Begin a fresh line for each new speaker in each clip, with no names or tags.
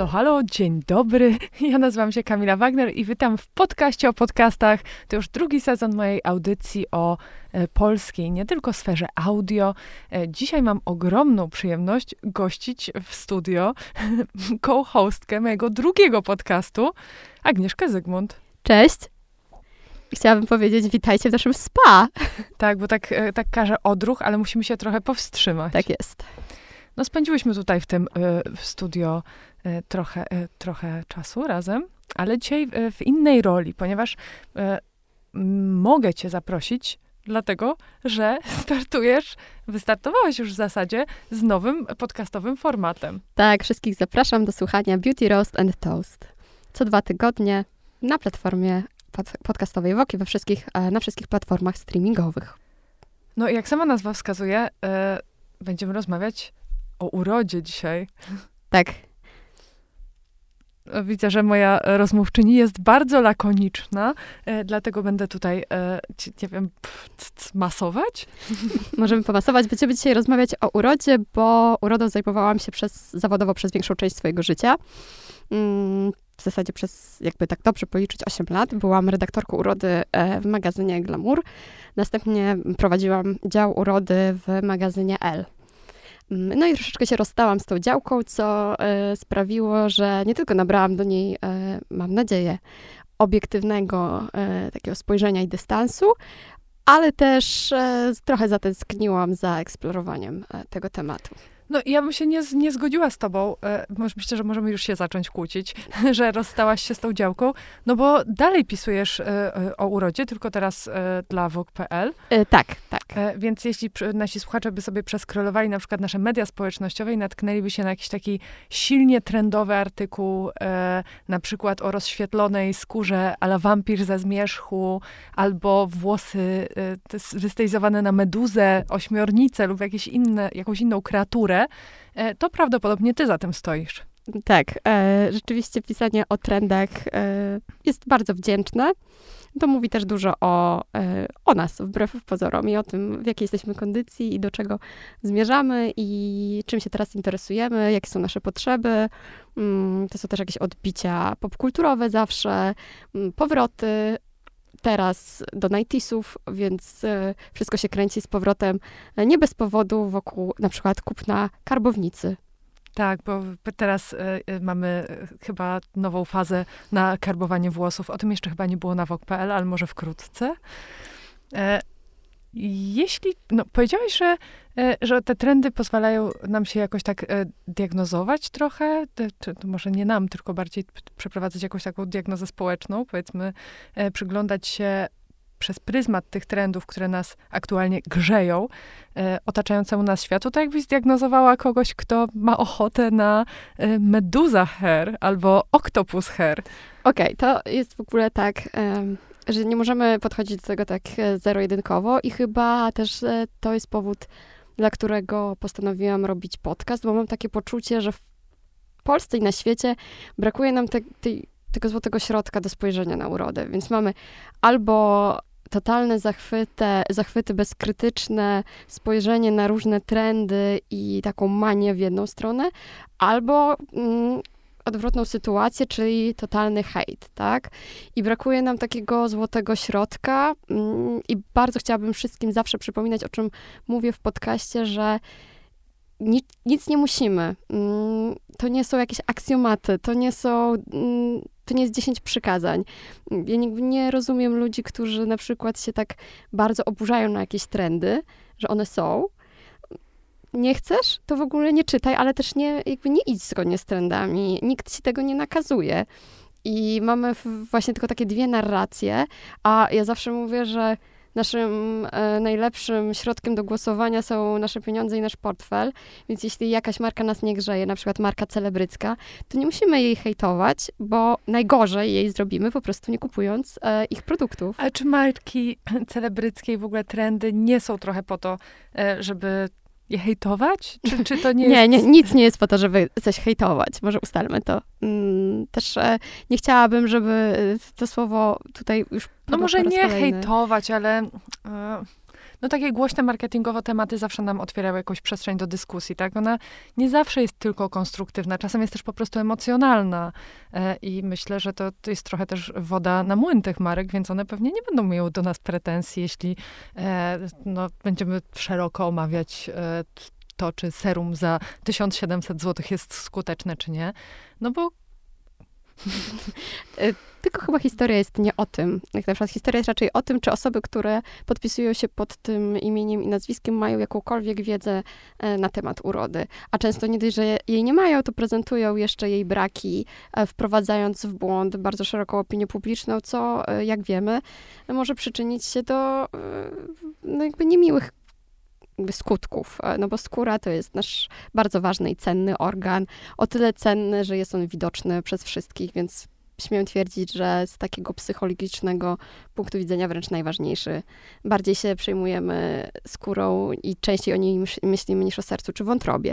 Halo, dzień dobry. Ja nazywam się Kamila Wagner i witam w podcaście o podcastach. To już drugi sezon mojej audycji o polskiej, nie tylko sferze audio. Dzisiaj mam ogromną przyjemność gościć w studio co-hostkę mojego drugiego podcastu, Agnieszkę Zygmunt.
Cześć. Chciałabym powiedzieć, witajcie w naszym spa.
Tak, bo tak każe odruch, ale musimy się trochę powstrzymać.
Tak jest.
No spędziłyśmy tutaj w tym w studio trochę czasu razem, ale dzisiaj w innej roli, ponieważ mogę cię zaprosić, dlatego, że wystartowałeś już w zasadzie z nowym podcastowym formatem.
Tak, wszystkich zapraszam do słuchania Beauty Roast and Toast. Co 2 tygodnie na platformie podcastowej Voki, na wszystkich platformach streamingowych.
No jak sama nazwa wskazuje, będziemy rozmawiać o urodzie dzisiaj.
Tak.
Widzę, że moja rozmówczyni jest bardzo lakoniczna, dlatego będę tutaj, nie wiem, masować?
Możemy pomasować. Będziemy dzisiaj rozmawiać o urodzie, bo urodą zajmowałam się zawodowo przez większą część swojego życia. W zasadzie przez, jakby tak dobrze policzyć, 8 lat. Byłam redaktorką urody w magazynie Glamour. Następnie prowadziłam dział urody w magazynie Elle. No i troszeczkę się rozstałam z tą działką, co sprawiło, że nie tylko nabrałam do niej, mam nadzieję, obiektywnego takiego spojrzenia i dystansu, ale też trochę zatęskniłam za eksplorowaniem tego tematu.
No ja bym się nie zgodziła z tobą, myślę, że możemy już się zacząć kłócić, że rozstałaś się z tą działką, no bo dalej pisujesz o urodzie, tylko teraz dla Vogue.pl.
Tak.
Więc jeśli nasi słuchacze by sobie przeskrolowali na przykład nasze media społecznościowe i natknęliby się na jakiś taki silnie trendowy artykuł, na przykład o rozświetlonej skórze a la wampir ze zmierzchu, albo włosy wystylizowane na meduzę, ośmiornicę lub jakąś inną kreaturę, to prawdopodobnie ty za tym stoisz.
Tak, rzeczywiście pisanie o trendach jest bardzo wdzięczne. To mówi też dużo o nas, wbrew pozorom, i o tym, w jakiej jesteśmy kondycji i do czego zmierzamy i czym się teraz interesujemy, jakie są nasze potrzeby. To są też jakieś odbicia popkulturowe zawsze, powroty teraz do 90sów, więc wszystko się kręci z powrotem nie bez powodu wokół na przykład kupna karbownicy.
Tak, bo teraz mamy chyba nową fazę na karbowanie włosów. O tym jeszcze chyba nie było na Vogue.pl, ale może wkrótce. Powiedziałeś, że te trendy pozwalają nam się jakoś tak diagnozować trochę, czy może nie nam, tylko bardziej przeprowadzać jakąś taką diagnozę społeczną, powiedzmy, przyglądać się przez pryzmat tych trendów, które nas aktualnie grzeją, otaczającemu nas światu, tak jakbyś zdiagnozowała kogoś, kto ma ochotę na meduza hair albo octopus hair.
Okej, to jest w ogóle tak, że nie możemy podchodzić do tego tak zero-jedynkowo i chyba też to jest powód, dla którego postanowiłam robić podcast, bo mam takie poczucie, że w Polsce i na świecie brakuje nam tego złotego środka do spojrzenia na urodę, więc mamy albo totalne zachwyty bezkrytyczne, spojrzenie na różne trendy i taką manię w jedną stronę, albo odwrotną sytuację, czyli totalny hejt, tak? I brakuje nam takiego złotego środka i bardzo chciałabym wszystkim zawsze przypominać, o czym mówię w podcaście, że nic nie musimy. To nie są jakieś aksjomaty, to nie jest 10 przykazań. Ja nie rozumiem ludzi, którzy na przykład się tak bardzo oburzają na jakieś trendy, że one są. Nie chcesz? To w ogóle nie czytaj, ale też nie idź zgodnie z trendami. Nikt ci tego nie nakazuje. I mamy właśnie tylko takie 2 narracje, a ja zawsze mówię, że naszym najlepszym środkiem do głosowania są nasze pieniądze i nasz portfel, więc jeśli jakaś marka nas nie grzeje, na przykład marka celebrycka, to nie musimy jej hejtować, bo najgorzej jej zrobimy po prostu nie kupując ich produktów.
Ale czy marki celebryckie i w ogóle trendy nie są trochę po to, żeby je hejtować? Czy to nie jest...
Nie, nic nie jest po to, żeby coś hejtować. Może ustalmy to. Też nie chciałabym, żeby to słowo tutaj już...
No może nie hejtować, ale no takie głośne marketingowo tematy zawsze nam otwierały jakąś przestrzeń do dyskusji, tak? Ona nie zawsze jest tylko konstruktywna, czasem jest też po prostu emocjonalna i myślę, że to jest trochę też woda na młyn tych marek, więc one pewnie nie będą miały do nas pretensji, jeśli no, będziemy szeroko omawiać to, czy serum za 1700 zł jest skuteczne, czy nie. No bo
tylko chyba historia jest nie o tym. Jak na przykład historia jest raczej o tym, czy osoby, które podpisują się pod tym imieniem i nazwiskiem, mają jakąkolwiek wiedzę na temat urody. A często nie dość, że jej nie mają, to prezentują jeszcze jej braki, wprowadzając w błąd bardzo szeroką opinię publiczną, co, jak wiemy, może przyczynić się do no jakby niemiłych skutków, no bo skóra to jest nasz bardzo ważny i cenny organ, o tyle cenny, że jest on widoczny przez wszystkich, więc śmiem twierdzić, że z takiego psychologicznego punktu widzenia wręcz najważniejszy. Bardziej się przejmujemy skórą i częściej o niej myślimy niż o sercu czy wątrobie.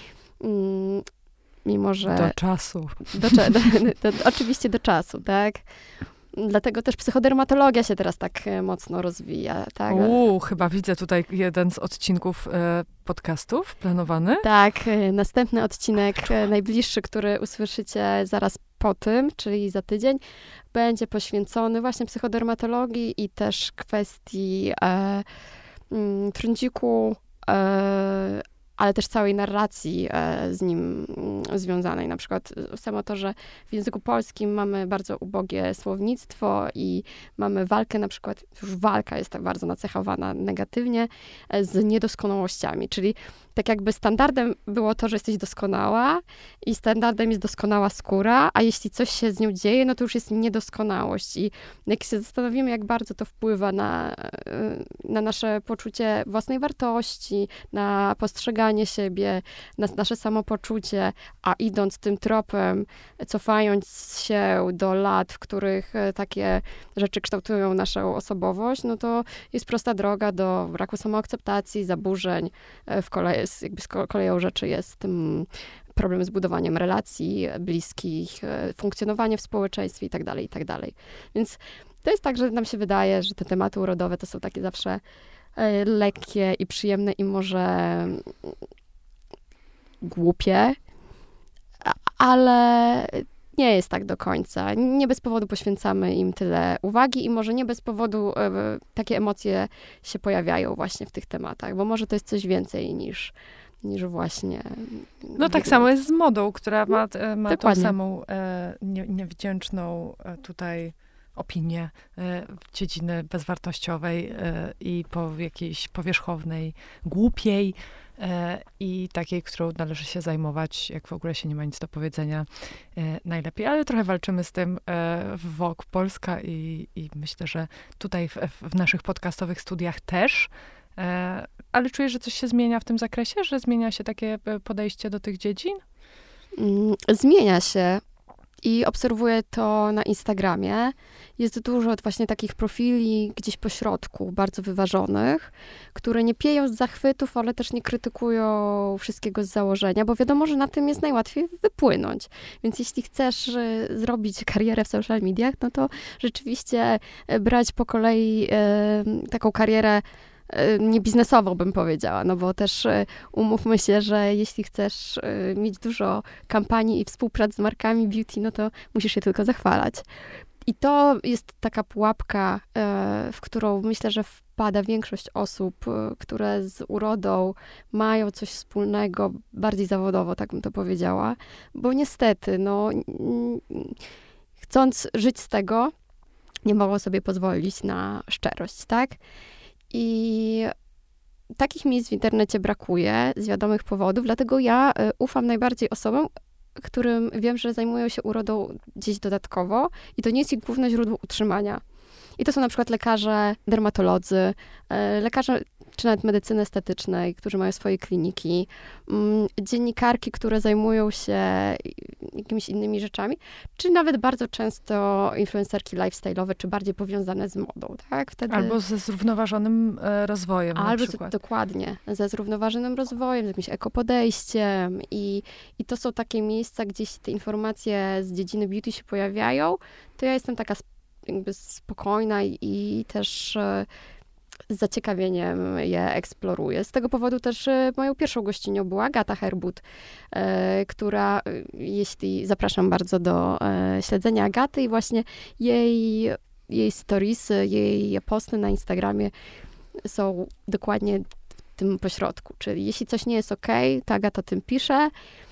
Mimo, że...
Do czasu.
Oczywiście do czasu, tak? Dlatego też psychodermatologia się teraz tak mocno rozwija. Tak?
Chyba widzę tutaj jeden z odcinków podcastów planowany.
Tak, następny odcinek, najbliższy, który usłyszycie zaraz po tym, czyli za tydzień, będzie poświęcony właśnie psychodermatologii i też kwestii trądziku, ale też całej narracji z nim związanej. Na przykład samo to, że w języku polskim mamy bardzo ubogie słownictwo i mamy walkę, na przykład już walka jest tak bardzo nacechowana negatywnie z niedoskonałościami, czyli tak jakby standardem było to, że jesteś doskonała i standardem jest doskonała skóra, a jeśli coś się z nią dzieje, no to już jest niedoskonałość. I jak się zastanowimy, jak bardzo to wpływa na nasze poczucie własnej wartości, na postrzeganie siebie, na nasze samopoczucie, a idąc tym tropem, cofając się do lat, w których takie rzeczy kształtują naszą osobowość, no to jest prosta droga do braku samoakceptacji, zaburzeń z koleją rzeczy jest problem z budowaniem relacji bliskich, funkcjonowanie w społeczeństwie itd., itd. Więc to jest tak, że nam się wydaje, że te tematy urodowe to są takie zawsze lekkie i przyjemne i może głupie, ale nie jest tak do końca. Nie bez powodu poświęcamy im tyle uwagi i może nie bez powodu takie emocje się pojawiają właśnie w tych tematach, bo może to jest coś więcej niż właśnie...
No tak samo jest z modą, która ma tą
Dokładnie.
samą niewdzięczną tutaj opinię dziedziny bezwartościowej i jakiejś powierzchownej, głupiej i takiej, którą należy się zajmować, jak w ogóle się nie ma nic do powiedzenia najlepiej. Ale trochę walczymy z tym w Vogue Polska i myślę, że tutaj w naszych podcastowych studiach też. Ale czujesz, że coś się zmienia w tym zakresie? Że zmienia się takie podejście do tych dziedzin?
Zmienia się i obserwuję to na Instagramie. Jest dużo właśnie takich profili gdzieś po środku, bardzo wyważonych, które nie pieją z zachwytów, ale też nie krytykują wszystkiego z założenia, bo wiadomo, że na tym jest najłatwiej wypłynąć. Więc jeśli chcesz zrobić karierę w social mediach, no to rzeczywiście brać po kolei taką karierę nie biznesową, bym powiedziała, no bo też umówmy się, że jeśli chcesz mieć dużo kampanii i współprac z markami beauty, no to musisz się tylko zachwalać. I to jest taka pułapka, w którą myślę, że wpada większość osób, które z urodą mają coś wspólnego, bardziej zawodowo, tak bym to powiedziała, bo niestety, no, chcąc żyć z tego, nie mogą sobie pozwolić na szczerość, tak? I takich miejsc w internecie brakuje z wiadomych powodów, dlatego ja ufam najbardziej osobom, którym wiem, że zajmują się urodą gdzieś dodatkowo i to nie jest ich główne źródło utrzymania. I to są na przykład lekarze, dermatolodzy, lekarze czy nawet medycyny estetycznej, którzy mają swoje kliniki, dziennikarki, które zajmują się jakimiś innymi rzeczami, czy nawet bardzo często influencerki lifestyle'owe, czy bardziej powiązane z modą, tak? Wtedy...
Albo ze zrównoważonym rozwojem na przykład.
Dokładnie, ze zrównoważonym rozwojem, z jakimś ekopodejściem i to są takie miejsca, gdzie te informacje z dziedziny beauty się pojawiają, to ja jestem taka jakby spokojna i też z zaciekawieniem je eksploruję. Z tego powodu też moją pierwszą gościnią była Agata Herbut, która, zapraszam bardzo do śledzenia Agaty i właśnie jej storiesy, jej posty na Instagramie są dokładnie w tym pośrodku. Czyli jeśli coś nie jest okej, to Agata o tym pisze,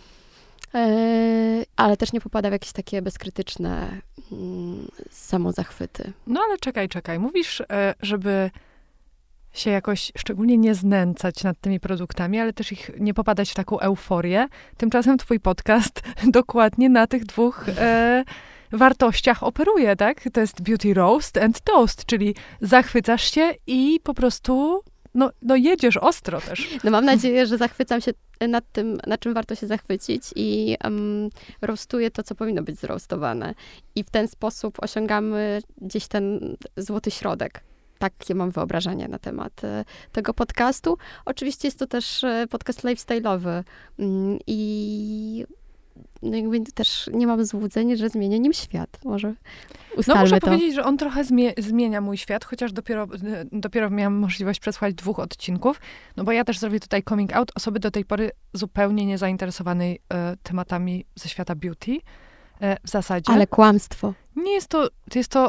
ale też nie popada w jakieś takie bezkrytyczne samozachwyty.
No ale czekaj. Mówisz, żeby się jakoś szczególnie nie znęcać nad tymi produktami, ale też ich nie popadać w taką euforię. Tymczasem twój podcast dokładnie na tych dwóch wartościach operuje, tak? To jest beauty roast and toast, czyli zachwycasz się i po prostu no jedziesz ostro też.
No mam nadzieję, że zachwycam się nad tym, na czym warto się zachwycić i roastuję to, co powinno być zroastowane. I w ten sposób osiągamy gdzieś ten złoty środek. Takie mam wyobrażenie na temat tego podcastu. Oczywiście jest to też podcast lifestyle'owy i no jakby też nie mam złudzeń, że zmienię nim świat. Może ustalmy
muszę
to.
powiedzieć, że on trochę zmienia mój świat, chociaż dopiero miałam możliwość przesłuchać 2 odcinków, no bo ja też zrobię tutaj coming out osoby do tej pory zupełnie niezainteresowanej tematami ze świata beauty. W zasadzie.
Ale kłamstwo.
Nie jest to...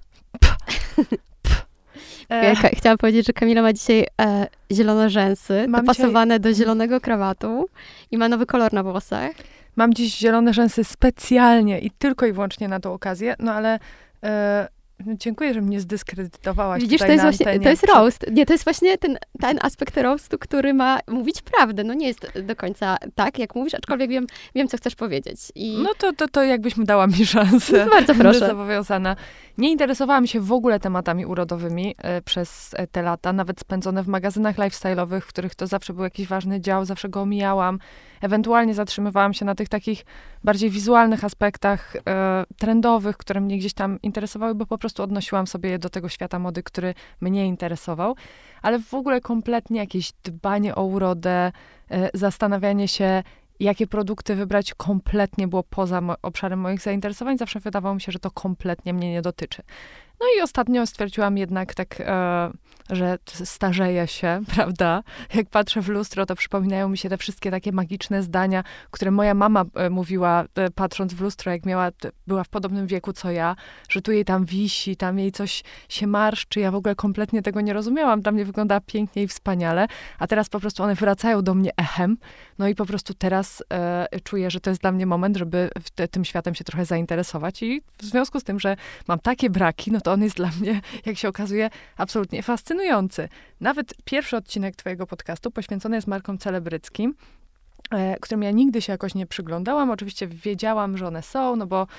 Chciałam powiedzieć, że Kamila ma dzisiaj zielone rzęsy, dopasowane do zielonego krawatu i ma nowy kolor na włosach.
Mam dziś zielone rzęsy specjalnie i tylko i wyłącznie na tą okazję, no ale dziękuję, że mnie zdyskredytowałaś.
Widzisz,
tutaj
to jest roast. Nie, to jest właśnie ten aspekt roastu, który ma mówić prawdę. No nie jest do końca tak, jak mówisz, aczkolwiek wiem co chcesz powiedzieć.
No to jakbyś dała mi szansę.
No, bardzo proszę.
Zobowiązana. Nie interesowałam się w ogóle tematami urodowymi przez te lata, nawet spędzone w magazynach lifestyle'owych, w których to zawsze był jakiś ważny dział, zawsze go omijałam. Ewentualnie zatrzymywałam się na tych takich bardziej wizualnych aspektach trendowych, które mnie gdzieś tam interesowały, bo po prostu odnosiłam sobie je do tego świata mody, który mnie interesował. Ale w ogóle kompletnie jakieś dbanie o urodę, zastanawianie się, jakie produkty wybrać, kompletnie było poza obszarem moich zainteresowań. Zawsze wydawało mi się, że to kompletnie mnie nie dotyczy. No i ostatnio stwierdziłam jednak tak, że starzeję się, prawda? Jak patrzę w lustro, to przypominają mi się te wszystkie takie magiczne zdania, które moja mama mówiła, patrząc w lustro, jak była w podobnym wieku co ja, że tu jej tam wisi, tam jej coś się marszczy. Ja w ogóle kompletnie tego nie rozumiałam. Dla mnie wygląda pięknie i wspaniale, a teraz po prostu one wracają do mnie echem. No i po prostu teraz czuję, że to jest dla mnie moment, żeby tym światem się trochę zainteresować i w związku z tym, że mam takie braki, no to on jest dla mnie, jak się okazuje, absolutnie fascynujący. Nawet pierwszy odcinek twojego podcastu poświęcony jest markom celebryckim, którym ja nigdy się jakoś nie przyglądałam. Oczywiście wiedziałam, że one są,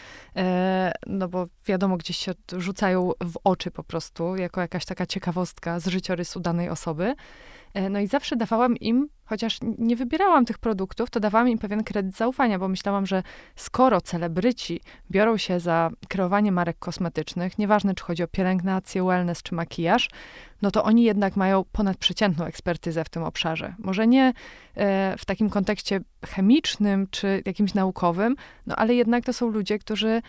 no bo wiadomo, gdzieś się rzucają w oczy po prostu, jako jakaś taka ciekawostka z życiorysu danej osoby. No i zawsze dawałam im, chociaż nie wybierałam tych produktów, to dawałam im pewien kredyt zaufania, bo myślałam, że skoro celebryci biorą się za kreowanie marek kosmetycznych, nieważne czy chodzi o pielęgnację, wellness czy makijaż, no to oni jednak mają ponadprzeciętną ekspertyzę w tym obszarze. Może nie w takim kontekście chemicznym czy jakimś naukowym, no ale jednak to są ludzie, którzy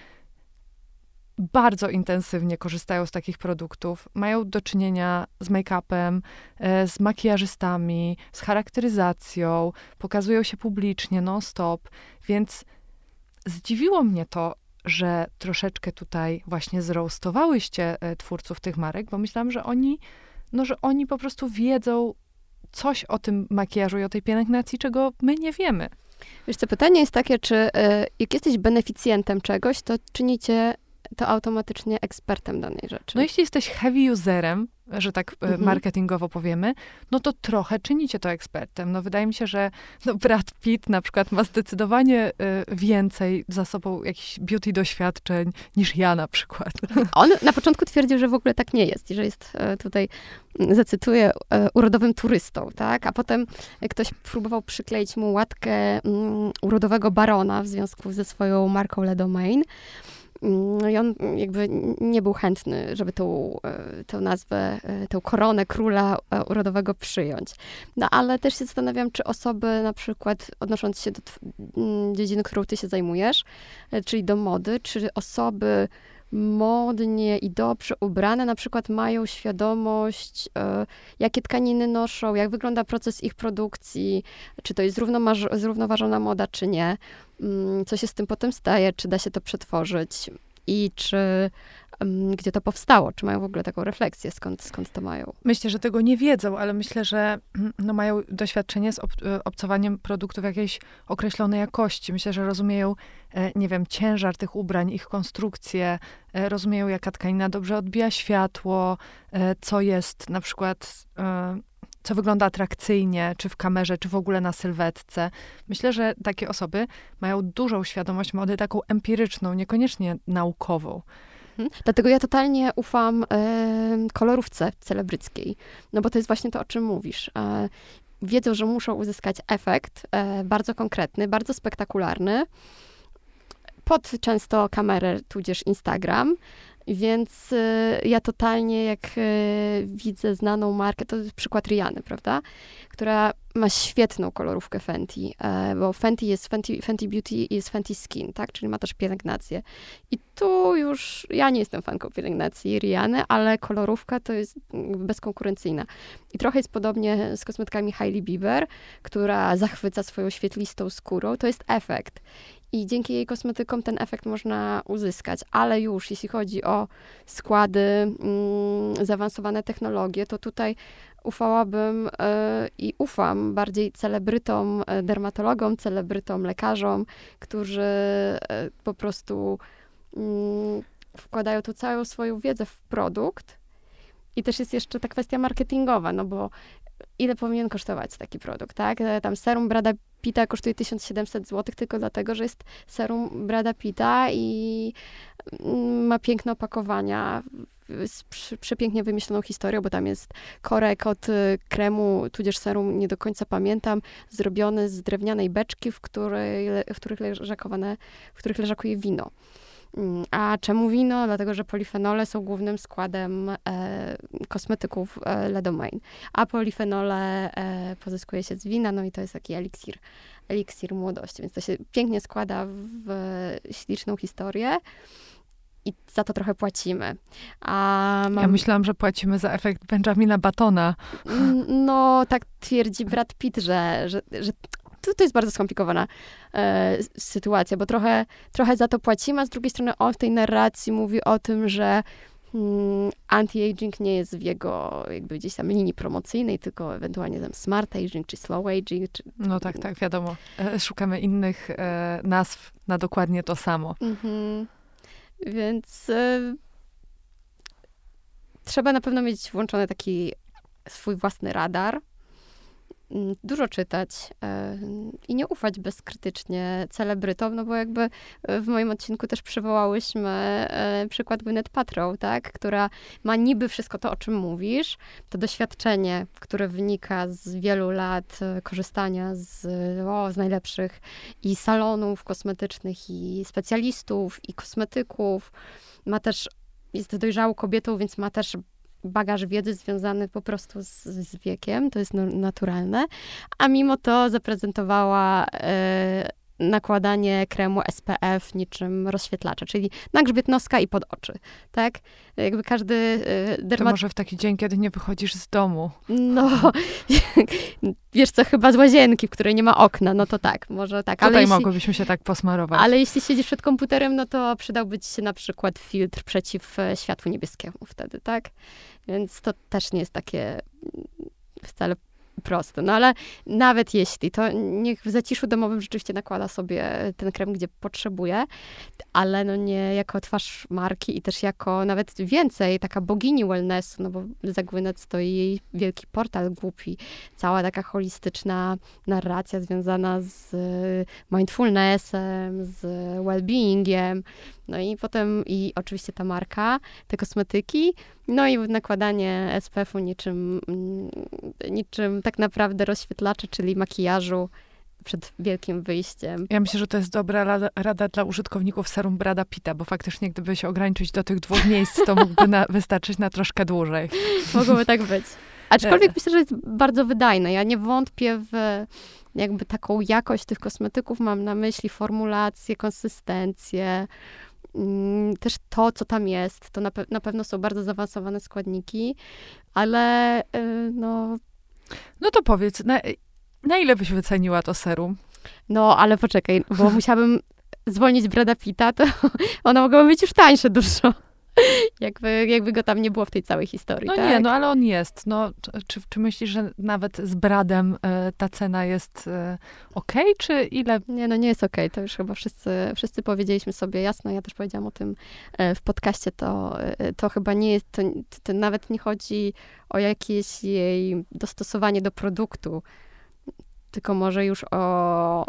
bardzo intensywnie korzystają z takich produktów, mają do czynienia z make-upem, z makijażystami, z charakteryzacją, pokazują się publicznie non-stop, więc zdziwiło mnie to, że troszeczkę tutaj właśnie zroastowałyście twórców tych marek, bo myślałam, że oni po prostu wiedzą coś o tym makijażu i o tej pielęgnacji, czego my nie wiemy.
Wiesz co, pytanie jest takie, czy jak jesteś beneficjentem czegoś, to czynicie to automatycznie ekspertem danej rzeczy.
No jeśli jesteś heavy userem, że tak marketingowo powiemy, no to trochę czynicie to ekspertem. No wydaje mi się, że Brad Pitt na przykład ma zdecydowanie więcej za sobą jakichś beauty doświadczeń niż ja na przykład.
On na początku twierdził, że w ogóle tak nie jest i że jest tutaj, zacytuję, urodowym turystą, tak? A potem ktoś próbował przykleić mu łatkę urodowego barona w związku ze swoją marką Le Domaine. I on jakby nie był chętny, żeby tę nazwę, tę koronę króla urodowego przyjąć. No ale też się zastanawiam, czy osoby na przykład odnosząc się do dziedziny, którą ty się zajmujesz, czyli do mody, czy osoby modnie i dobrze ubrane, na przykład mają świadomość, jakie tkaniny noszą, jak wygląda proces ich produkcji, czy to jest zrównoważona moda, czy nie, co się z tym potem staje, czy da się to przetworzyć i gdzie to powstało, czy mają w ogóle taką refleksję, skąd to mają.
Myślę, że tego nie wiedzą, ale myślę, że mają doświadczenie z obcowaniem produktów jakiejś określonej jakości. Myślę, że rozumieją, nie wiem, ciężar tych ubrań, ich konstrukcję, rozumieją, jaka tkanina dobrze odbija światło, co jest na przykład, co wygląda atrakcyjnie, czy w kamerze, czy w ogóle na sylwetce. Myślę, że takie osoby mają dużą świadomość mody, taką empiryczną, niekoniecznie naukową.
Dlatego ja totalnie ufam kolorówce celebryckiej, no bo to jest właśnie to, o czym mówisz. Wiedzą, że muszą uzyskać efekt bardzo konkretny, bardzo spektakularny, pod często kamerę, tudzież Instagram, więc ja totalnie, jak widzę znaną markę, to jest przykład Rihanny, prawda? Która ma świetną kolorówkę Fenty, bo Fenty Beauty jest Fenty Skin, tak? Czyli ma też pielęgnację. I tu już, ja nie jestem fanką pielęgnacji Rihanny, ale kolorówka to jest bezkonkurencyjna. I trochę jest podobnie z kosmetykami Hailey Bieber, która zachwyca swoją świetlistą skórą. To jest efekt. I dzięki jej kosmetykom ten efekt można uzyskać. Ale już, jeśli chodzi o składy, zaawansowane technologie, to tutaj ufałabym i ufam bardziej celebrytom, dermatologom, celebrytom, lekarzom, którzy po prostu wkładają tu całą swoją wiedzę w produkt. I też jest jeszcze ta kwestia marketingowa, no bo ile powinien kosztować taki produkt, tak? Tam serum Brada Pitta kosztuje 1700 zł tylko dlatego, że jest serum Brada Pitta i ma piękne opakowania z przepięknie wymyśloną historią, bo tam jest korek od kremu, tudzież serum, nie do końca pamiętam, zrobiony z drewnianej beczki, w których leżakuje wino. A czemu wino? Dlatego, że polifenole są głównym składem kosmetyków Le Domaine. A polifenole pozyskuje się z wina, no i to jest taki eliksir młodości. Więc to się pięknie składa w śliczną historię i za to trochę płacimy.
Ja myślałam, że płacimy za efekt Benjamina Buttona.
No, tak twierdzi Brad Pitt, że to jest bardzo skomplikowana sytuacja, bo trochę za to płacimy, a z drugiej strony on w tej narracji mówi o tym, że anti-aging nie jest w jego jakby gdzieś tam linii promocyjnej, tylko ewentualnie tam smart aging, czy slow aging.
No tak, wiadomo. Szukamy innych nazw na dokładnie to samo.
Więc trzeba na pewno mieć włączony taki swój własny radar, dużo czytać i nie ufać bezkrytycznie celebrytom, no bo jakby w moim odcinku też przywołałyśmy przykład Gwyneth Paltrow, tak, która ma niby wszystko to, o czym mówisz, to doświadczenie, które wynika z wielu lat korzystania z najlepszych i salonów kosmetycznych, i specjalistów, i kosmetyków. Jest dojrzałą kobietą, więc ma też bagaż wiedzy związany po prostu z wiekiem, to jest naturalne, a mimo to zaprezentowała nakładanie kremu SPF niczym rozświetlacza, czyli na grzbiet noska i pod oczy, tak? Jakby każdy
To może w taki dzień, kiedy nie wychodzisz z domu.
No, wiesz co, chyba z łazienki, w której nie ma okna, no to tak, może tak.
Tutaj mogłybyśmy się tak posmarować.
Ale jeśli siedzisz przed komputerem, no to przydałby ci się na przykład filtr przeciw światłu niebieskiemu wtedy, tak? Więc to też nie jest takie wcale proste. No ale nawet jeśli, to niech w zaciszu domowym rzeczywiście nakłada sobie ten krem, gdzie potrzebuje, ale no nie jako twarz marki i też jako nawet więcej, taka bogini wellnessu, no bo za Gwyneth stoi jej wielki portal Głupi, cała taka holistyczna narracja związana z mindfulnessem, z well-beingiem, no i potem i oczywiście ta marka, te kosmetyki, no i nakładanie SPF-u niczym tak naprawdę rozświetlaczy, czyli makijażu przed wielkim wyjściem.
Ja myślę, że to jest dobra rada dla użytkowników serum Brada Pitta, bo faktycznie gdyby się ograniczyć do tych 2 miejsc, to mógłby wystarczyć na troszkę dłużej.
Mogłoby tak być. Aczkolwiek myślę, że jest bardzo wydajne. Ja nie wątpię w jakby taką jakość tych kosmetyków. Mam na myśli formulację, konsystencję, też to, co tam jest, to na pewno są bardzo zaawansowane składniki, ale no...
No to powiedz, na ile byś wyceniła to serum?
No, ale poczekaj, bo musiałabym zwolnić Brada Pitta, to one mogą być już tańsze dużo. Jakby go tam nie było w tej całej historii,
No
tak?
nie, no ale on jest. No, czy myślisz, że nawet z Bradem ta cena jest okej, czy ile?
Nie, no nie jest okej. To już chyba wszyscy powiedzieliśmy sobie jasno. Ja też powiedziałam o tym w podcaście. To chyba nie jest, to nawet nie chodzi o jakieś jej dostosowanie do produktu, tylko może już o...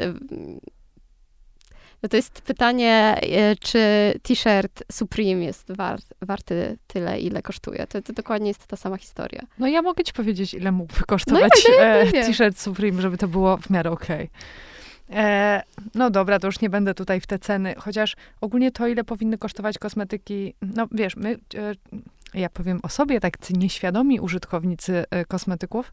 No to jest pytanie, czy t-shirt Supreme jest warty tyle, ile kosztuje. To dokładnie jest ta sama historia.
No ja mogę ci powiedzieć, ile mógłby kosztować t-shirt Supreme, żeby to było w miarę okej. No dobra, to już nie będę tutaj w te ceny, chociaż ogólnie to, ile powinny kosztować kosmetyki, no wiesz, ja powiem o sobie, tak nieświadomi użytkownicy kosmetyków,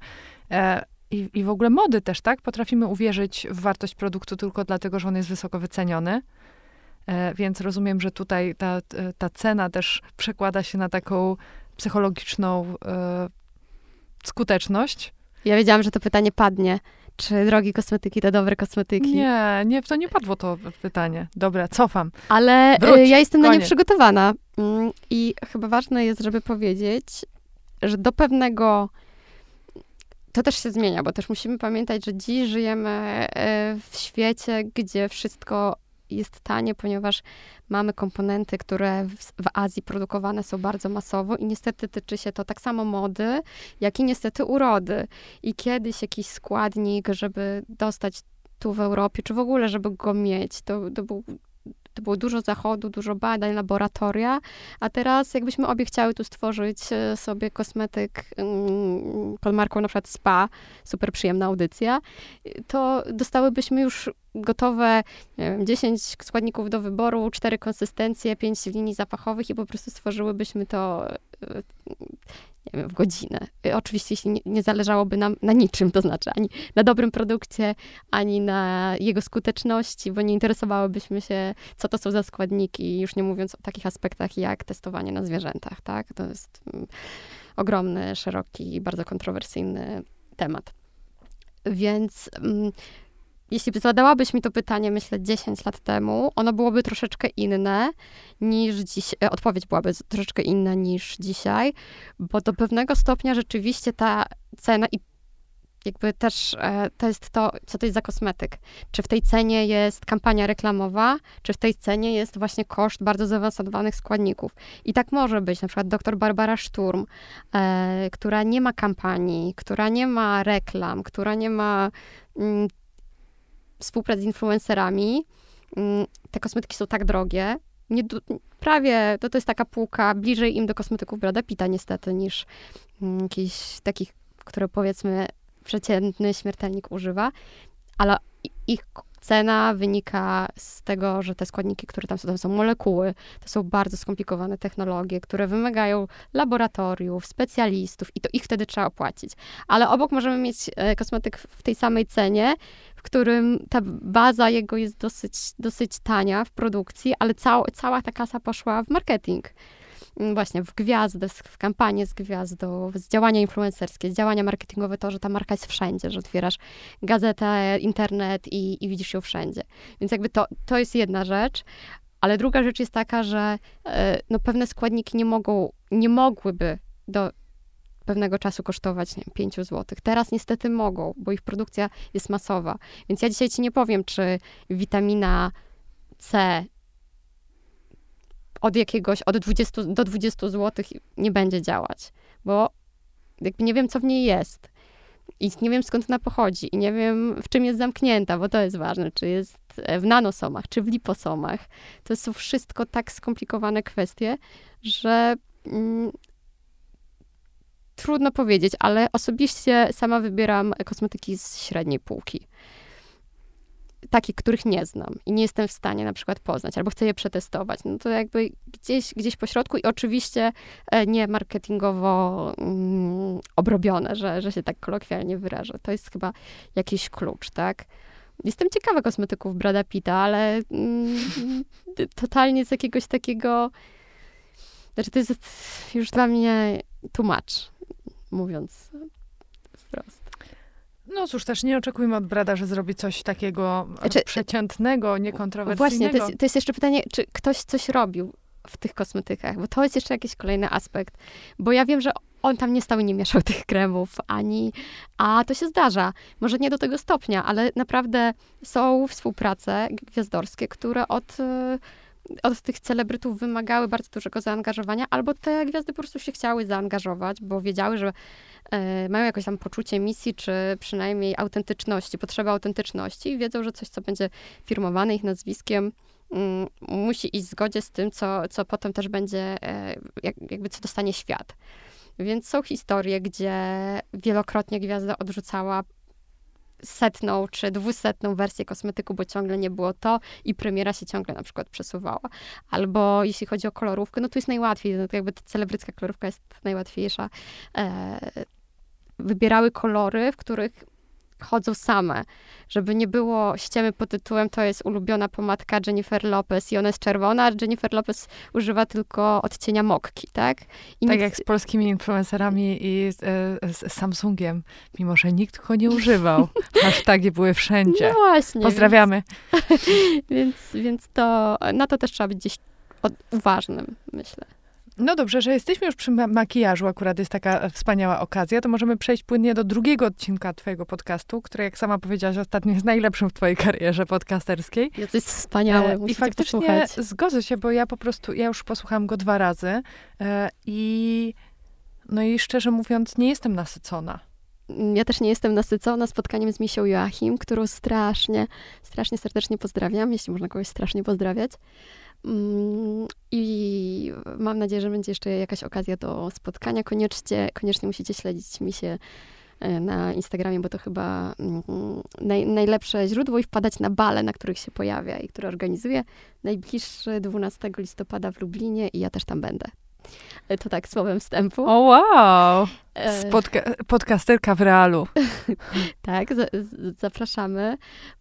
i w ogóle mody też, tak? Potrafimy uwierzyć w wartość produktu tylko dlatego, że on jest wysoko wyceniony. Więc rozumiem, że tutaj ta cena też przekłada się na taką psychologiczną skuteczność.
Ja wiedziałam, że to pytanie padnie. Czy drogie kosmetyki to dobre kosmetyki?
Nie, to nie padło to pytanie. Dobra, cofam.
Ale
Wróć,
ja jestem
koniec.
na nie przygotowana. I chyba ważne jest, żeby powiedzieć, że do pewnego... To też się zmienia, bo też musimy pamiętać, że dziś żyjemy w świecie, gdzie wszystko jest tanie, ponieważ mamy komponenty, które w Azji produkowane są bardzo masowo i niestety tyczy się to tak samo mody, jak i niestety urody. I kiedyś jakiś składnik, żeby dostać tu w Europie, czy w ogóle, żeby go mieć, to było dużo zachodu, dużo badań, laboratoria, a teraz jakbyśmy obie chciały tu stworzyć sobie kosmetyk pod marką na przykład Spa, super przyjemna audycja, to dostałybyśmy już gotowe, nie wiem, 10 składników do wyboru, 4 konsystencje, 5 linii zapachowych i po prostu stworzyłybyśmy to nie wiem, w godzinę. Oczywiście, jeśli nie zależałoby nam na niczym, to znaczy ani na dobrym produkcie, ani na jego skuteczności, bo nie interesowałybyśmy się, co to są za składniki, już nie mówiąc o takich aspektach jak testowanie na zwierzętach, tak? To jest ogromny, szeroki, bardzo kontrowersyjny temat. Więc jeśli zadałabyś mi to pytanie, myślę, 10 lat temu, ono byłoby troszeczkę inne niż dziś, odpowiedź byłaby troszeczkę inna niż dzisiaj, bo do pewnego stopnia rzeczywiście ta cena i jakby też to jest to, co to jest za kosmetyk. Czy w tej cenie jest kampania reklamowa, czy w tej cenie jest właśnie koszt bardzo zaawansowanych składników. I tak może być, na przykład dr Barbara Sturm, która nie ma kampanii, która nie ma reklam, która nie ma współpracy z influencerami. Te kosmetyki są tak drogie. Prawie to jest taka półka bliżej im do kosmetyków Brada Pitta niestety niż jakichś takich, które powiedzmy przeciętny śmiertelnik używa, ale ich cena wynika z tego, że te składniki, które tam są molekuły, to są bardzo skomplikowane technologie, które wymagają laboratoriów, specjalistów i to ich wtedy trzeba opłacić. Ale obok możemy mieć kosmetyk w tej samej cenie, w którym ta baza jego jest dosyć tania w produkcji, ale cała ta kasa poszła w marketing. Właśnie w gwiazdę, w kampanię z gwiazdą, z działania influencerskie, z działania marketingowe, to, że ta marka jest wszędzie, że otwierasz gazetę, internet i widzisz ją wszędzie. Więc jakby to jest jedna rzecz, ale druga rzecz jest taka, że no, pewne składniki nie mogłyby do pewnego czasu kosztować, nie wiem, 5 zł. Teraz niestety mogą, bo ich produkcja jest masowa. Więc ja dzisiaj ci nie powiem, czy witamina C od 20 do 20 zł nie będzie działać, bo jakby nie wiem, co w niej jest i nie wiem, skąd ona pochodzi i nie wiem, w czym jest zamknięta, bo to jest ważne, czy jest w nanosomach, czy w liposomach. To są wszystko tak skomplikowane kwestie, że trudno powiedzieć, ale osobiście sama wybieram kosmetyki z średniej półki. Takie, których nie znam i nie jestem w stanie na przykład poznać, albo chcę je przetestować. No to jakby gdzieś po środku i oczywiście nie marketingowo obrobione, że się tak kolokwialnie wyrażę. To jest chyba jakiś klucz, tak? Jestem ciekawa kosmetyków Brada Pitta, ale totalnie z jakiegoś takiego... Znaczy, to jest już dla mnie too much, mówiąc wprost.
No cóż, też nie oczekujmy od Brada, że zrobi coś takiego przeciętnego, niekontrowersyjnego.
Właśnie, to jest jeszcze pytanie, czy ktoś coś robił w tych kosmetykach, bo to jest jeszcze jakiś kolejny aspekt, bo ja wiem, że on tam nie stał i nie mieszał tych kremów, a to się zdarza. Może nie do tego stopnia, ale naprawdę są współprace gwiazdorskie, które od tych celebrytów wymagały bardzo dużego zaangażowania, albo te gwiazdy po prostu się chciały zaangażować, bo wiedziały, że mają jakoś tam poczucie misji, czy przynajmniej autentyczności, potrzeby autentyczności i wiedzą, że coś, co będzie firmowane ich nazwiskiem, musi iść w zgodzie z tym, co potem też będzie, jakby co dostanie świat. Więc są historie, gdzie wielokrotnie gwiazda odrzucała 100. czy 200. wersję kosmetyku, bo ciągle nie było to i premiera się ciągle na przykład przesuwała. Albo jeśli chodzi o kolorówkę, no to jest najłatwiej, no to jakby ta celebrycka kolorówka jest najłatwiejsza. Wybierały kolory, w których chodzą same, żeby nie było ściemy pod tytułem to jest ulubiona pomadka Jennifer Lopez i ona jest czerwona, a Jennifer Lopez używa tylko odcienia mokki, tak?
Tak jak z polskimi influencerami i z Samsungiem, mimo że nikt go nie używał. Hasztagi były wszędzie.
No właśnie.
Pozdrawiamy.
Więc to, na to też trzeba być gdzieś uważnym, myślę.
No dobrze, że jesteśmy już przy makijażu, akurat jest taka wspaniała okazja, to możemy przejść płynnie do drugiego odcinka twojego podcastu, który, jak sama powiedziałaś, ostatnio jest najlepszym w twojej karierze podcasterskiej.
To jest wspaniałe,
I faktycznie
posłuchać.
Zgodzę się, bo ja już posłuchałam go 2 razy i szczerze mówiąc nie jestem nasycona.
Ja też nie jestem nasycona spotkaniem z Misią Joachim, którą strasznie, strasznie serdecznie pozdrawiam, jeśli można kogoś strasznie pozdrawiać. I mam nadzieję, że będzie jeszcze jakaś okazja do spotkania. Koniecznie musicie śledzić Misię na Instagramie, bo to chyba najlepsze źródło i wpadać na bale, na których się pojawia i które organizuje. Najbliższy 12 listopada w Lublinie i ja też tam będę. To tak słowem wstępu.
O wow! Podcasterka w realu.
Tak, zapraszamy.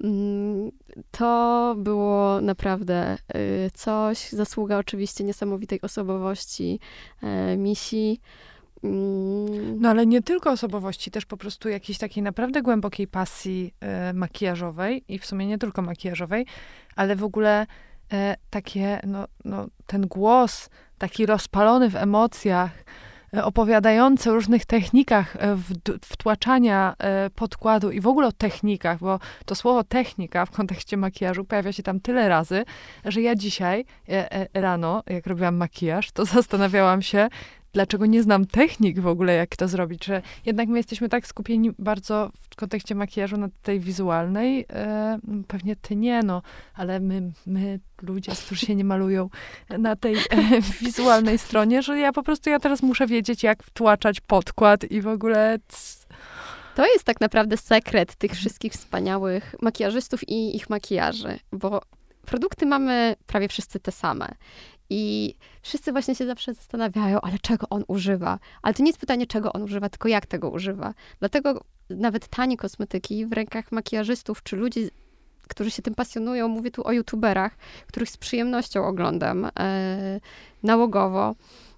To było naprawdę coś. Zasługa oczywiście niesamowitej osobowości Misi.
No ale nie tylko osobowości, też po prostu jakiejś takiej naprawdę głębokiej pasji makijażowej i w sumie nie tylko makijażowej, ale w ogóle takie, ten głos taki rozpalony w emocjach, opowiadający o różnych technikach wtłaczania podkładu i w ogóle o technikach, bo to słowo technika w kontekście makijażu pojawia się tam tyle razy, że ja dzisiaj rano, jak robiłam makijaż, to zastanawiałam się, dlaczego nie znam technik w ogóle, jak to zrobić, że jednak my jesteśmy tak skupieni bardzo w kontekście makijażu na tej wizualnej, pewnie ty nie, ale my ludzie, którzy się nie malują na tej wizualnej stronie, że ja teraz muszę wiedzieć, jak wtłaczać podkład i w ogóle...
To jest tak naprawdę sekret tych wszystkich wspaniałych makijażystów i ich makijaży, bo produkty mamy prawie wszyscy te same. I wszyscy właśnie się zawsze zastanawiają, ale czego on używa? Ale to nie jest pytanie, czego on używa, tylko jak tego używa. Dlatego nawet tanie kosmetyki w rękach makijażystów czy ludzi, którzy się tym pasjonują, mówię tu o youtuberach, których z przyjemnością oglądam nałogowo,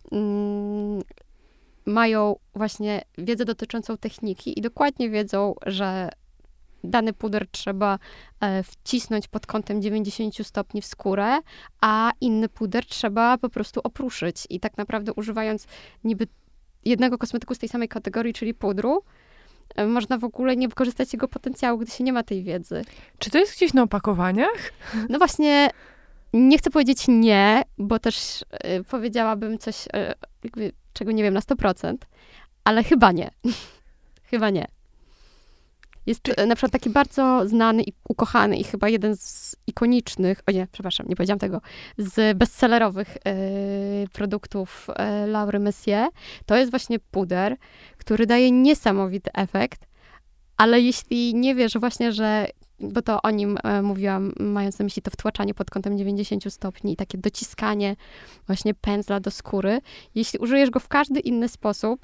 mają właśnie wiedzę dotyczącą techniki i dokładnie wiedzą, że dany puder trzeba wcisnąć pod kątem 90 stopni w skórę, a inny puder trzeba po prostu opruszyć. I tak naprawdę używając niby jednego kosmetyku z tej samej kategorii, czyli pudru, można w ogóle nie wykorzystać jego potencjału, gdy się nie ma tej wiedzy.
Czy to jest gdzieś na opakowaniach?
No właśnie, nie chcę powiedzieć nie, bo też powiedziałabym coś, czego nie wiem na 100%, ale chyba nie. Chyba nie. Jest na przykład taki bardzo znany i ukochany i chyba jeden z ikonicznych, nie powiedziałam tego, z bestsellerowych produktów Laury Mercier. To jest właśnie puder, który daje niesamowity efekt, ale jeśli nie wiesz właśnie, bo to o nim mówiłam, mając na myśli to wtłaczanie pod kątem 90 stopni i takie dociskanie właśnie pędzla do skóry, jeśli użyjesz go w każdy inny sposób,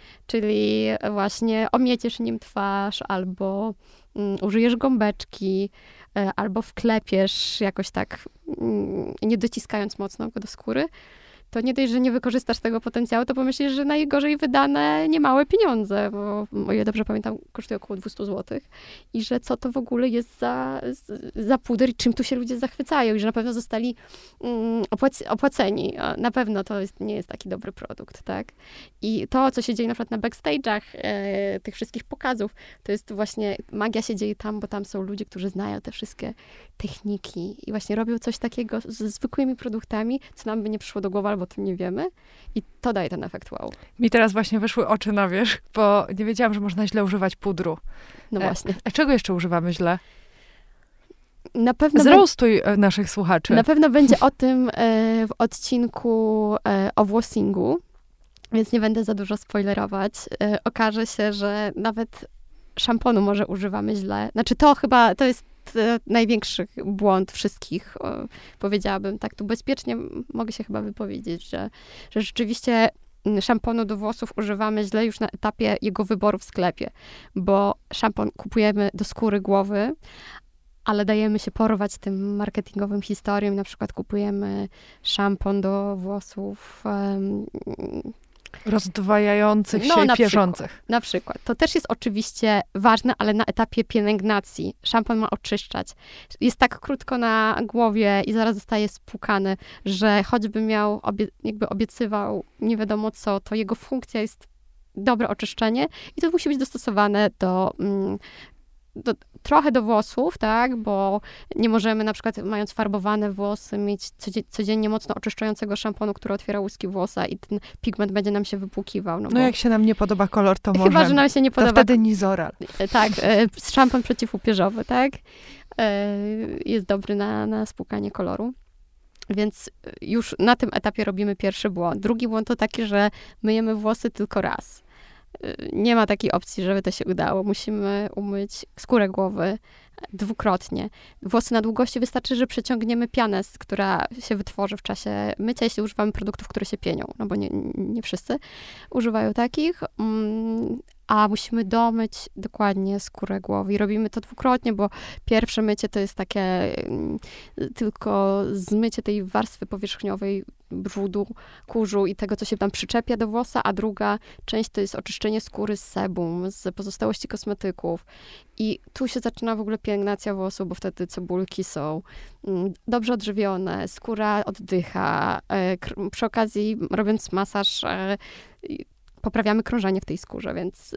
czyli właśnie omieciesz nim twarz, albo użyjesz gąbeczki, albo wklepiesz jakoś tak, nie dociskając mocno go do skóry, to nie dość, że nie wykorzystasz tego potencjału, to pomyślisz, że najgorzej wydane niemałe pieniądze, bo o ile dobrze pamiętam, kosztuje około 200 zł. I że co to w ogóle jest za puder i czym tu się ludzie zachwycają i że na pewno zostali opłaceni. Na pewno to nie jest taki dobry produkt, tak? I to, co się dzieje na przykład na backstage'ach tych wszystkich pokazów, to jest właśnie, magia się dzieje tam, bo tam są ludzie, którzy znają te wszystkie techniki i właśnie robią coś takiego ze zwykłymi produktami, co nam by nie przyszło do głowy, albo o tym nie wiemy. I to daje ten efekt wow.
Mi teraz właśnie wyszły oczy na wierzch, bo nie wiedziałam, że można źle używać pudru.
No właśnie.
A czego jeszcze używamy źle?
Na pewno
Zrostuj naszych słuchaczy.
Na pewno będzie o tym w odcinku o włosingu, więc nie będę za dużo spoilerować. Okaże się, że nawet szamponu może używamy źle. Znaczy to jest największy błąd wszystkich, powiedziałabym. Tak, tu bezpiecznie mogę się chyba wypowiedzieć, że rzeczywiście szamponu do włosów używamy źle już na etapie jego wyboru w sklepie, bo szampon kupujemy do skóry głowy, ale dajemy się porwać tym marketingowym historiom. Na przykład kupujemy szampon do włosów
rozdwajających się i pierzących.
Na przykład. To też jest oczywiście ważne, ale na etapie pielęgnacji. Szampon ma oczyszczać. Jest tak krótko na głowie i zaraz zostaje spłukany, że choćby miał, jakby obiecywał nie wiadomo co, to jego funkcja jest dobre oczyszczenie i to musi być dostosowane trochę do włosów, tak, bo nie możemy na przykład, mając farbowane włosy, mieć codziennie mocno oczyszczającego szamponu, który otwiera łuski włosa i ten pigment będzie nam się wypłukiwał.
No jak się nam nie podoba kolor, to możemy.
Chyba, że nam się nie podoba.
To wtedy Nizoral.
Tak, szampon przeciwupierzowy, tak, jest dobry na spłukanie koloru. Więc już na tym etapie robimy pierwszy błąd. Drugi błąd to taki, że myjemy włosy tylko raz. Nie ma takiej opcji, żeby to się udało. Musimy umyć skórę głowy dwukrotnie. Włosy na długości wystarczy, że przeciągniemy pianę, która się wytworzy w czasie mycia, jeśli używamy produktów, które się pienią. No bo nie wszyscy używają takich. A musimy domyć dokładnie skórę głowy. I robimy to dwukrotnie, bo pierwsze mycie to jest takie tylko zmycie tej warstwy powierzchniowej brudu, kurzu i tego, co się tam przyczepia do włosa, a druga część to jest oczyszczenie skóry z sebum, z pozostałości kosmetyków. I tu się zaczyna w ogóle pielęgnacja włosów, bo wtedy cebulki są dobrze odżywione, skóra oddycha. Przy okazji, robiąc masaż, poprawiamy krążenie w tej skórze, więc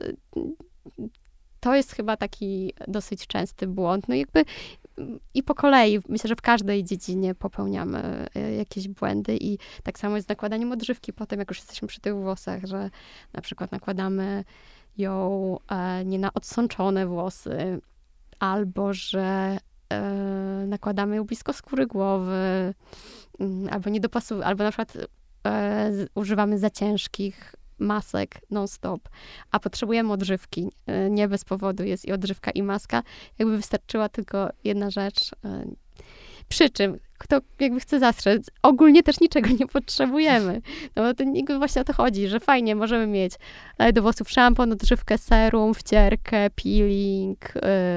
to jest chyba taki dosyć częsty błąd. No jakby i po kolei, myślę, że w każdej dziedzinie popełniamy jakieś błędy i tak samo jest z nakładaniem odżywki potem, jak już jesteśmy przy tych włosach, że na przykład nakładamy ją nie na odsączone włosy, albo że nakładamy ją blisko skóry głowy, albo nie dopasujemy, albo na przykład używamy za ciężkich masek non-stop, a potrzebujemy odżywki. Nie bez powodu jest i odżywka, i maska. Jakby wystarczyła tylko jedna rzecz. Przy czym, kto jakby chce zastrzec, ogólnie też niczego nie potrzebujemy. No bo to właśnie o to chodzi, że fajnie możemy mieć do włosów szampon, odżywkę, serum, wcierkę, peeling,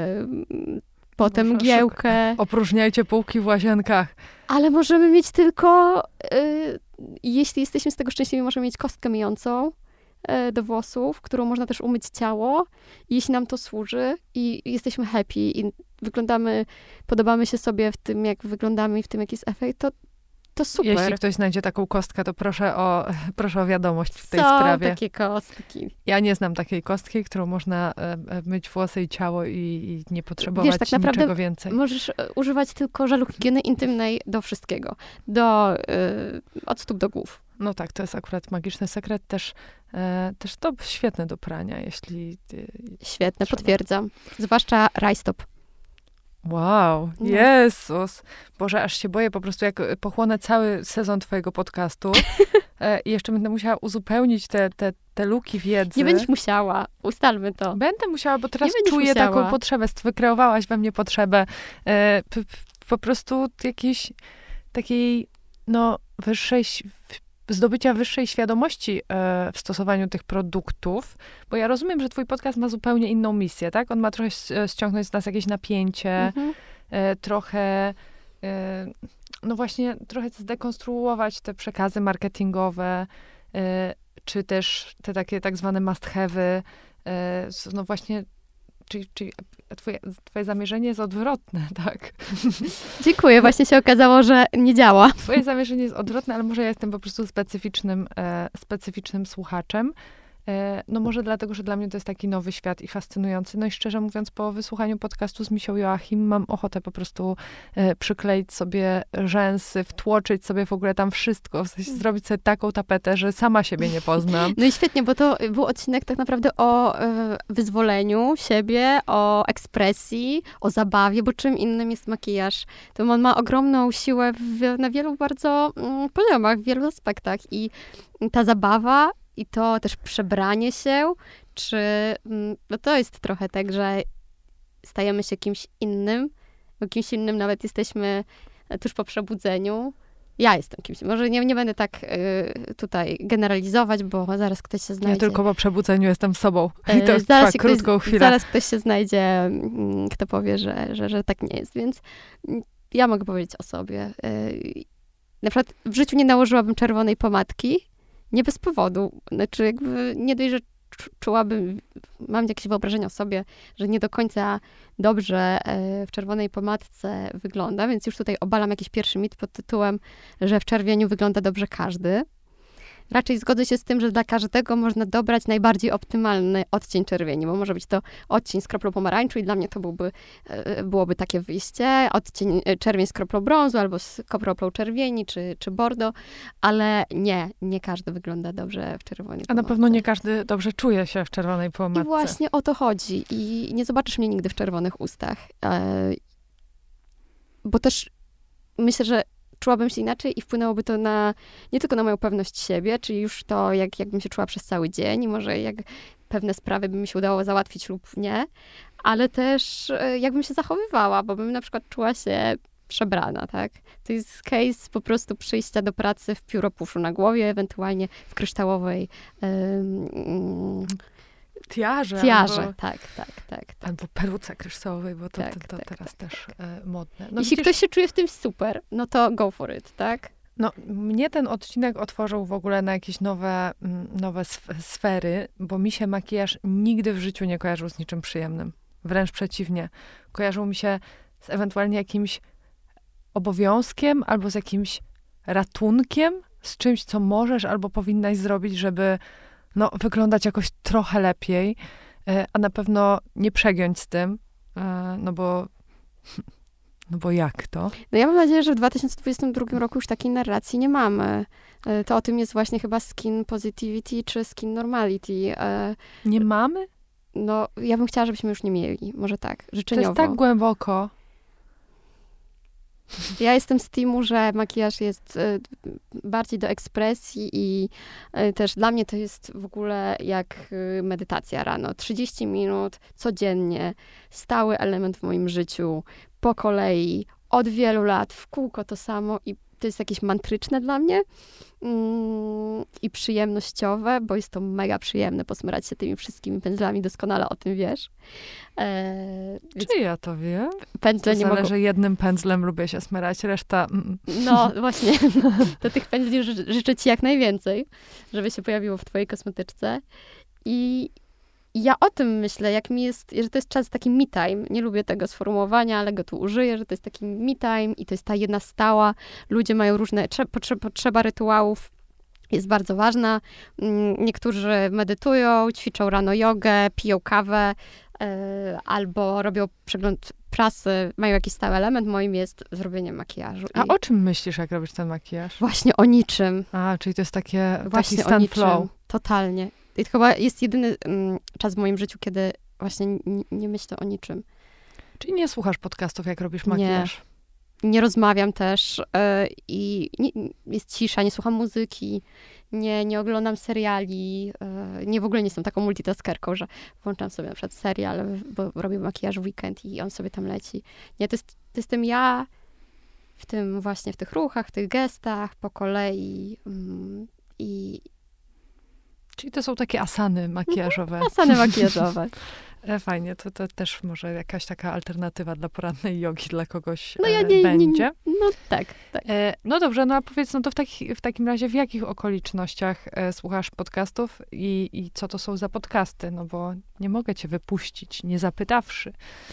potem mgiełkę.
Opróżniajcie półki w łazienkach.
Ale możemy mieć tylko, jeśli jesteśmy z tego szczęśliwi, możemy mieć kostkę myjącą do włosów, którą można też umyć ciało. I jeśli nam to służy i jesteśmy happy i podobamy się sobie w tym, jak wyglądamy i w tym, jaki jest efekt, to super.
Jeśli ktoś znajdzie taką kostkę, to proszę o wiadomość w tej
Są
sprawie.
takie kostki.
Ja nie znam takiej kostki, którą można myć włosy i ciało i nie potrzebować
tak naprawdę
niczego więcej.
Możesz używać tylko żelu higieny intymnej do wszystkiego. Od stóp do głów.
No tak, to jest akurat magiczny sekret. Też to świetne do prania, jeśli
Świetne,
trzeba.
potwierdzam. Zwłaszcza rajstop.
Wow,
No.
Jezus. Boże, aż się boję po prostu, jak pochłonę cały sezon twojego podcastu i jeszcze będę musiała uzupełnić te luki wiedzy.
Nie będziesz musiała, ustalmy to.
Będę musiała, bo teraz
musiała.
czuję taką potrzebę. Wykreowałaś we mnie potrzebę po prostu jakiejś takiej, wyższej zdobycia wyższej świadomości w stosowaniu tych produktów, bo ja rozumiem, że twój podcast ma zupełnie inną misję, tak? On ma trochę ściągnąć z nas jakieś napięcie, trochę, no właśnie, trochę zdekonstruować te przekazy marketingowe, czy też te takie tak zwane must have'y, no właśnie, czyli twoje zamierzenie jest odwrotne, tak?
Dziękuję, właśnie się okazało, że nie działa.
Twoje zamierzenie jest odwrotne, ale może ja jestem po prostu specyficznym słuchaczem. No może dlatego, że dla mnie to jest taki nowy świat i fascynujący. No i szczerze mówiąc, po wysłuchaniu podcastu z Misią Joachim mam ochotę po prostu przykleić sobie rzęsy, wtłoczyć sobie w ogóle tam wszystko, w sensie zrobić sobie taką tapetę, że sama siebie nie poznam.
No i świetnie, bo to był odcinek tak naprawdę o wyzwoleniu siebie, o ekspresji, o zabawie, bo czym innym jest makijaż. To on ma ogromną siłę na wielu bardzo poziomach, w wielu aspektach i ta zabawa i to też przebranie się, czy no to jest trochę tak, że stajemy się kimś innym, bo kimś innym nawet jesteśmy tuż po przebudzeniu. Ja jestem kimś. Może nie będę tak tutaj generalizować, bo zaraz ktoś się znajdzie.
Ja tylko po przebudzeniu jestem sobą. I to trwa krótką chwilę.
Zaraz ktoś się znajdzie, kto powie, że tak nie jest. Więc ja mogę powiedzieć o sobie. Na przykład w życiu nie nałożyłabym czerwonej pomadki, nie bez powodu. Znaczy jakby nie dość, że czułabym, mam jakieś wyobrażenie o sobie, że nie do końca dobrze w czerwonej pomadce wygląda, więc już tutaj obalam jakiś pierwszy mit pod tytułem, że w czerwieniu wygląda dobrze każdy. Raczej zgodzę się z tym, że dla każdego można dobrać najbardziej optymalny odcień czerwieni, bo może być to odcień z kroplą pomarańczu i dla mnie to byłoby takie wyjście, odcień czerwień z kroplą brązu albo z kroplą czerwieni czy bordo, ale nie każdy wygląda dobrze w czerwonej pomadce.
A na pewno nie każdy dobrze czuje się w czerwonej pomadce.
I właśnie o to chodzi. I nie zobaczysz mnie nigdy w czerwonych ustach. Bo też myślę, że czułabym się inaczej i wpłynęłoby to nie tylko na moją pewność siebie, czyli już to, jakbym się czuła przez cały dzień i może jak pewne sprawy by mi się udało załatwić lub nie, ale też jakbym się zachowywała, bo bym na przykład czuła się przebrana, tak? To jest case po prostu przyjścia do pracy w pióropuszu na głowie, ewentualnie w kryształowej
tiarze,
tak.
Albo peruce kryształowej, bo to teraz też modne. No,
jeśli ktoś się czuje w tym super, no to go for it, tak?
No, mnie ten odcinek otworzył w ogóle na jakieś nowe sfery, bo mi się makijaż nigdy w życiu nie kojarzył z niczym przyjemnym. Wręcz przeciwnie. Kojarzył mi się z ewentualnie jakimś obowiązkiem albo z jakimś ratunkiem, z czymś, co możesz albo powinnaś zrobić, żeby wyglądać jakoś trochę lepiej, a na pewno nie przegiąć z tym, no bo jak to?
No ja mam nadzieję, że w 2022 roku już takiej narracji nie mamy. To o tym jest właśnie chyba skin positivity czy skin normality.
Nie mamy?
No, ja bym chciała, żebyśmy już nie mieli. Może tak, życzeniowo.
To jest tak głęboko.
Ja jestem z teamu, że makijaż jest bardziej do ekspresji i też dla mnie to jest w ogóle jak medytacja rano. 30 minut codziennie, stały element w moim życiu, po kolei, od wielu lat, w kółko to samo i to jest jakieś mantryczne dla mnie i przyjemnościowe, bo jest to mega przyjemne posmyrać się tymi wszystkimi pędzlami, doskonale o tym wiesz.
Czy ja to wiem?
Pędzle
to
nie
zależy,
mogą...
jednym pędzlem lubię się smyrać, reszta...
No właśnie, to tych pędzli życzę ci jak najwięcej, żeby się pojawiło w twojej kosmetyczce. I ja o tym myślę, że to jest czas taki me time. Nie lubię tego sformułowania, ale go tu użyję, że to jest taki me time i to jest ta jedna stała. Ludzie mają różne, potrzeba rytuałów jest bardzo ważna. Niektórzy medytują, ćwiczą rano jogę, piją kawę albo robią przegląd prasy, mają jakiś stały element. Moim jest zrobienie makijażu.
A o czym myślisz, jak robisz ten makijaż?
Właśnie o niczym.
A, czyli to jest taki
o niczym.
flow.
Totalnie. I to chyba jest jedyny czas w moim życiu, kiedy właśnie nie myślę o niczym.
Czyli nie słuchasz podcastów, jak robisz makijaż?
Nie rozmawiam też i jest cisza, nie słucham muzyki, nie oglądam seriali, w ogóle nie jestem taką multitaskerką, że włączam sobie na przykład serial, bo robię makijaż w weekend i on sobie tam leci. Nie, to jestem ja w tym właśnie, w tych ruchach, w tych gestach, po kolei
Czyli to są takie asany makijażowe.
Asany makijażowe.
Fajnie, to też może jakaś taka alternatywa dla porannej jogi dla kogoś
No ja
będzie.
No tak.
No dobrze, no a powiedz, no to w takim razie w jakich okolicznościach słuchasz podcastów i co to są za podcasty? No bo nie mogę cię wypuścić, nie zapytawszy.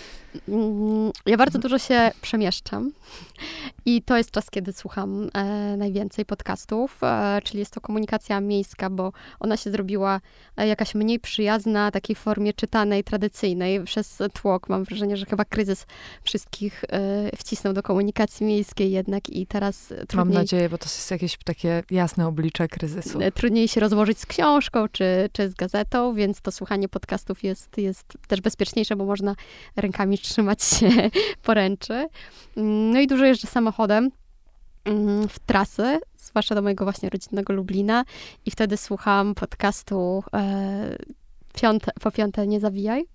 Ja bardzo dużo się przemieszczam i to jest czas, kiedy słucham najwięcej podcastów, czyli jest to komunikacja miejska, bo ona się zrobiła jakaś mniej przyjazna takiej formie czytanej, tradycyjnej. Przez tłok mam wrażenie, że chyba kryzys wszystkich wcisnął do komunikacji miejskiej jednak i teraz trudniej...
Mam nadzieję, bo to jest jakieś takie jasne oblicze kryzysu.
Trudniej się rozłożyć z książką czy z gazetą, więc to słuchanie podcastów jest też bezpieczniejsze, bo można rękami trzymać się poręczy. No i dużo jeżdżę samochodem w trasy, zwłaszcza do mojego właśnie rodzinnego Lublina i wtedy słucham podcastu po piąte nie zabijaj,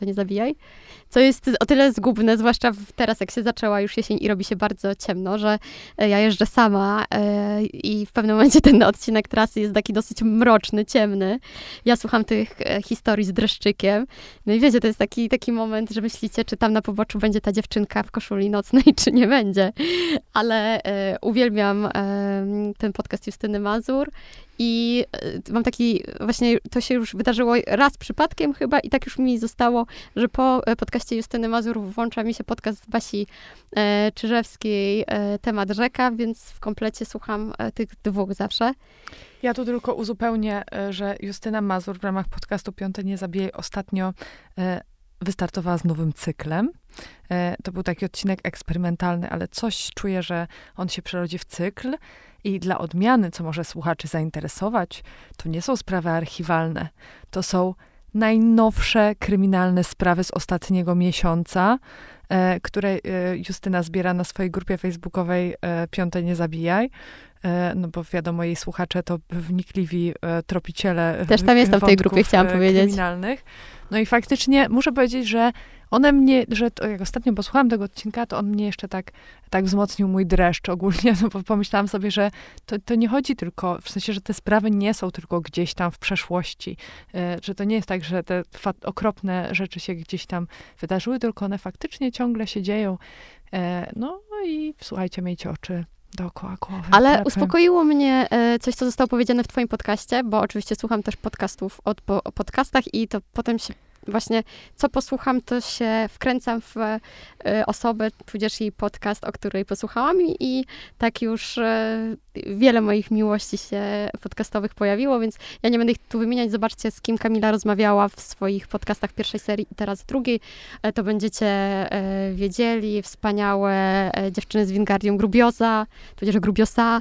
co jest o tyle zgubne, zwłaszcza teraz, jak się zaczęła już jesień i robi się bardzo ciemno, że ja jeżdżę sama i w pewnym momencie ten odcinek trasy jest taki dosyć mroczny, ciemny. Ja słucham tych historii z dreszczykiem. No i wiecie, to jest taki moment, że myślicie, czy tam na poboczu będzie ta dziewczynka w koszuli nocnej, czy nie będzie. Ale uwielbiam ten podcast Justyny Mazur. I mam taki, właśnie to się już wydarzyło raz przypadkiem chyba i tak już mi zostało, że po podcaście Justyny Mazur włącza mi się podcast Basi Czyżewskiej, temat rzeka, więc w komplecie słucham tych dwóch zawsze.
Ja tu tylko uzupełnię, że Justyna Mazur w ramach podcastu Piąte nie zabijaj ostatnio wystartowała z nowym cyklem. To był taki odcinek eksperymentalny, ale coś czuję, że on się przerodzi w cykl. I dla odmiany, co może słuchaczy zainteresować, to nie są sprawy archiwalne. To są najnowsze kryminalne sprawy z ostatniego miesiąca, które Justyna zbiera na swojej grupie facebookowej Piąte nie zabijaj. No bo wiadomo, jej słuchacze to wnikliwi tropiciele.
Też tam jestem w tej grupie, chciałam powiedzieć.
Kryminalnych. No i faktycznie muszę powiedzieć, że one mnie, że to, jak ostatnio posłuchałam tego odcinka, to on mnie jeszcze tak wzmocnił mój dreszcz ogólnie, no bo pomyślałam sobie, że to nie chodzi tylko, w sensie, że te sprawy nie są tylko gdzieś tam w przeszłości, że to nie jest tak, że te okropne rzeczy się gdzieś tam wydarzyły, tylko one faktycznie ciągle się dzieją. No i słuchajcie, miejcie oczy dookoła głowy.
Ale uspokoiło mnie coś, co zostało powiedziane w twoim podcaście, bo oczywiście słucham też podcastów o podcastach i to potem się właśnie, co posłucham, to się wkręcam w osobę, tudzież jej podcast, o której posłuchałam i tak już wiele moich miłości się podcastowych pojawiło, więc ja nie będę ich tu wymieniać. Zobaczcie, z kim Kamila rozmawiała w swoich podcastach pierwszej serii i teraz drugiej. To będziecie wiedzieli. Wspaniałe dziewczyny z Wingardium Grubiosa, tudzież Grubiosa.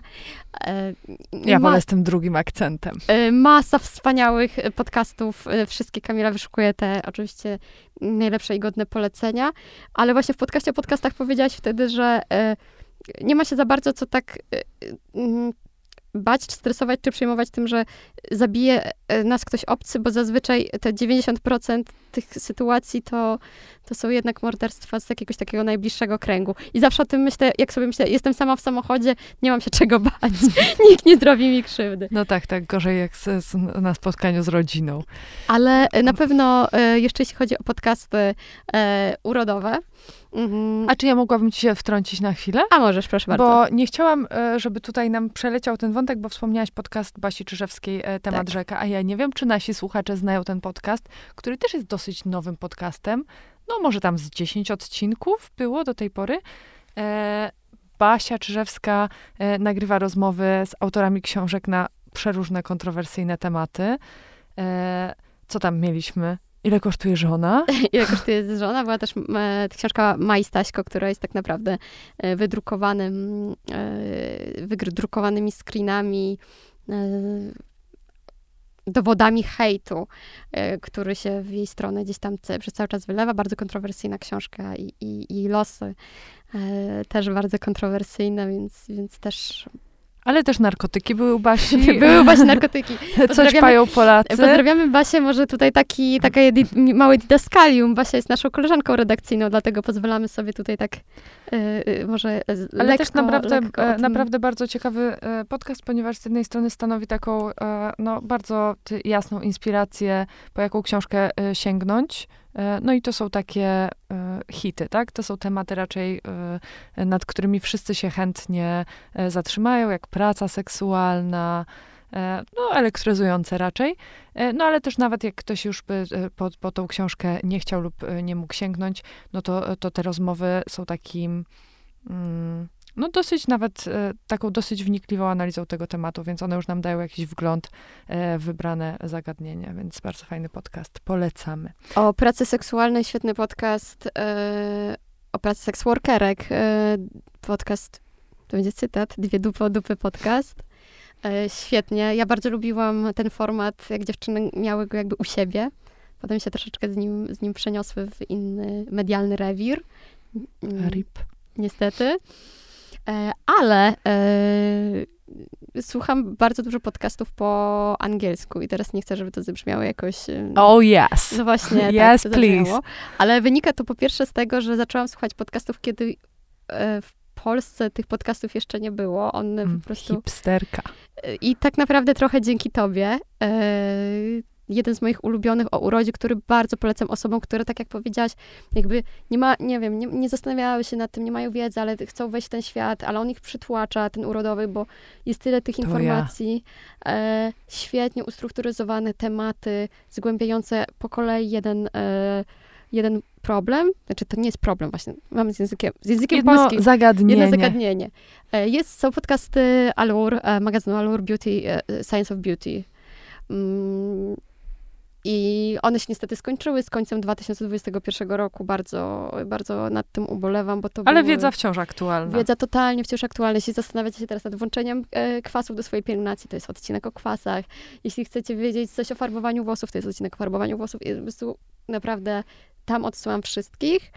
Ja wolę z tym drugim akcentem.
Masa wspaniałych podcastów. Wszystkie Kamila wyszukuje te oczywiście najlepsze i godne polecenia, ale właśnie w podcaście o podcastach powiedziałaś wtedy, że nie ma się za bardzo co tak bać, czy stresować, czy przejmować tym, że zabije nas ktoś obcy, bo zazwyczaj te 90% tych sytuacji to są jednak morderstwa z jakiegoś takiego najbliższego kręgu. I zawsze o tym myślę, jak sobie myślę, jestem sama w samochodzie, nie mam się czego bać. Nikt nie zrobi mi krzywdy.
No tak, gorzej jak na spotkaniu z rodziną.
Ale na pewno jeszcze jeśli chodzi o podcasty urodowe.
A czy ja mogłabym ci się wtrącić na chwilę?
A możesz, proszę bardzo.
Bo nie chciałam, żeby tutaj nam przeleciał ten wątek, bo wspomniałaś podcast Basi Czyżewskiej, temat rzeka, a ja nie wiem, czy nasi słuchacze znają ten podcast, który też jest dosyć nowym podcastem. No może tam z 10 odcinków było do tej pory. Basia Czyżewska nagrywa rozmowy z autorami książek na przeróżne kontrowersyjne tematy. Co tam mieliśmy? Ile kosztuje żona?
Ile kosztuje żona? Była też książka Mai Staśko, która jest tak naprawdę wydrukowanymi screenami, dowodami hejtu, który się w jej stronę gdzieś tam przez cały czas wylewa. Bardzo kontrowersyjna książka i losy też bardzo kontrowersyjne, więc też...
Ale też narkotyki były u Basi.
Były właśnie narkotyki.
Coś pają Polacy.
Pozdrawiamy Basię, może tutaj takie małe didaskalium. Basia jest naszą koleżanką redakcyjną, dlatego pozwalamy sobie tutaj tak może
Ale
lekko,
też naprawdę,
lekko
naprawdę bardzo ciekawy podcast, ponieważ z jednej strony stanowi taką bardzo jasną inspirację, po jaką książkę sięgnąć. No i to są takie hity, tak? To są tematy raczej, nad którymi wszyscy się chętnie zatrzymają, jak praca seksualna, elektryzujące raczej. No ale też nawet jak ktoś już by po tą książkę nie chciał lub nie mógł sięgnąć, no to te rozmowy są takim dosyć nawet taką dosyć wnikliwą analizą tego tematu, więc one już nam dają jakiś wgląd w wybrane zagadnienia, więc bardzo fajny podcast. Polecamy.
O pracy seksualnej świetny podcast, o pracy seksworkerek. Podcast, to będzie cytat, Dwie dupy o dupy podcast. Świetnie. Ja bardzo lubiłam ten format, jak dziewczyny miały go jakby u siebie. Potem się troszeczkę z nim przeniosły w inny medialny rewir.
RIP.
Niestety. Ale słucham bardzo dużo podcastów po angielsku i teraz nie chcę, żeby to zabrzmiało jakoś...
Oh yes.
No właśnie,
yes,
tak
please.
Ale wynika to po pierwsze z tego, że zaczęłam słuchać podcastów, kiedy w Polsce tych podcastów jeszcze nie było. One po prostu...
Hipsterka.
I tak naprawdę trochę dzięki tobie. Jeden z moich ulubionych o urodzie, który bardzo polecam osobom, które, tak jak powiedziałaś, jakby nie zastanawiały się nad tym, nie mają wiedzy, ale chcą wejść w ten świat, ale on ich przytłacza, ten urodowy, bo jest tyle tych informacji. Świetnie ustrukturyzowane tematy, zgłębiające po kolei jeden problem. Znaczy, to nie jest problem właśnie. Mamy z językiem polskim.
Zagadnienie.
Jedno zagadnienie. Są podcasty Allure, magazynu Allure Beauty, Science of Beauty. I one się niestety skończyły z końcem 2021 roku. Bardzo, bardzo nad tym ubolewam, bo to
Ale wiedza wciąż aktualna.
Wiedza totalnie wciąż aktualna. Jeśli zastanawiacie się teraz nad włączeniem kwasów do swojej pielęgnacji, to jest odcinek o kwasach. Jeśli chcecie wiedzieć coś o farbowaniu włosów, to jest odcinek o farbowaniu włosów. I po prostu naprawdę tam odsyłam wszystkich.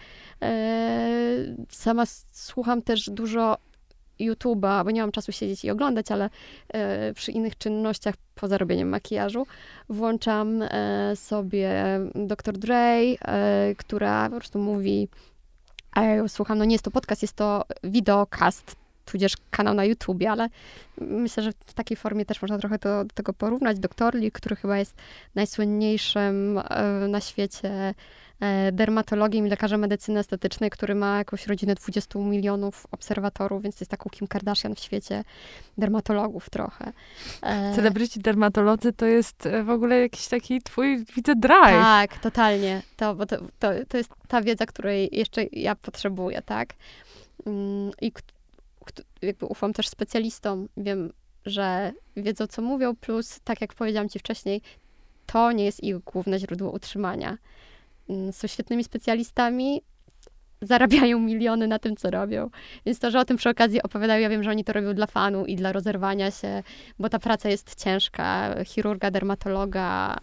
Sama słucham też dużo YouTube'a, bo nie mam czasu siedzieć i oglądać, ale przy innych czynnościach, poza robieniem makijażu, włączam sobie Dr. Dre, która po prostu mówi, a ja ją słucham, no nie jest to podcast, jest to wideocast, tudzież kanał na YouTubie, ale myślę, że w takiej formie też można trochę do tego porównać. Dr. Lee, który chyba jest najsłynniejszym na świecie dermatologiem i lekarzem medycyny estetycznej, który ma jakąś rodzinę 20 milionów obserwatorów, więc to jest taką Kim Kardashian w świecie dermatologów trochę.
Celebryci dermatolodzy to jest w ogóle jakiś taki twój, widzę, drive.
Tak, totalnie. Bo to jest ta wiedza, której jeszcze ja potrzebuję, tak? I jakby ufam też specjalistom. Wiem, że wiedzą, co mówią, plus, tak jak powiedziałam ci wcześniej, to nie jest ich główne źródło utrzymania. Są świetnymi specjalistami, zarabiają miliony na tym, co robią. Więc to, że o tym przy okazji opowiadają, ja wiem, że oni to robią dla fanu i dla rozerwania się, bo ta praca jest ciężka. Chirurga, dermatologa.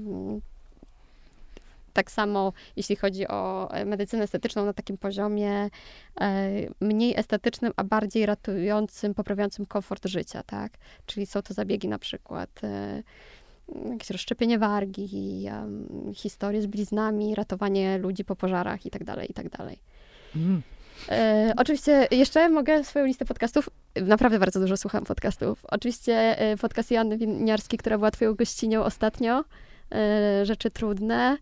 Tak samo, jeśli chodzi o medycynę estetyczną na takim poziomie mniej estetycznym, a bardziej ratującym, poprawiającym komfort życia, tak? Czyli są to zabiegi na przykład jakieś rozszczepienie wargi, historie z bliznami, ratowanie ludzi po pożarach i tak dalej, i tak dalej. Oczywiście jeszcze mogę swoją listę podcastów. Naprawdę bardzo dużo słucham podcastów. Oczywiście podcast Joanny Winiarskiej, która była twoją gościnią ostatnio. Rzeczy trudne.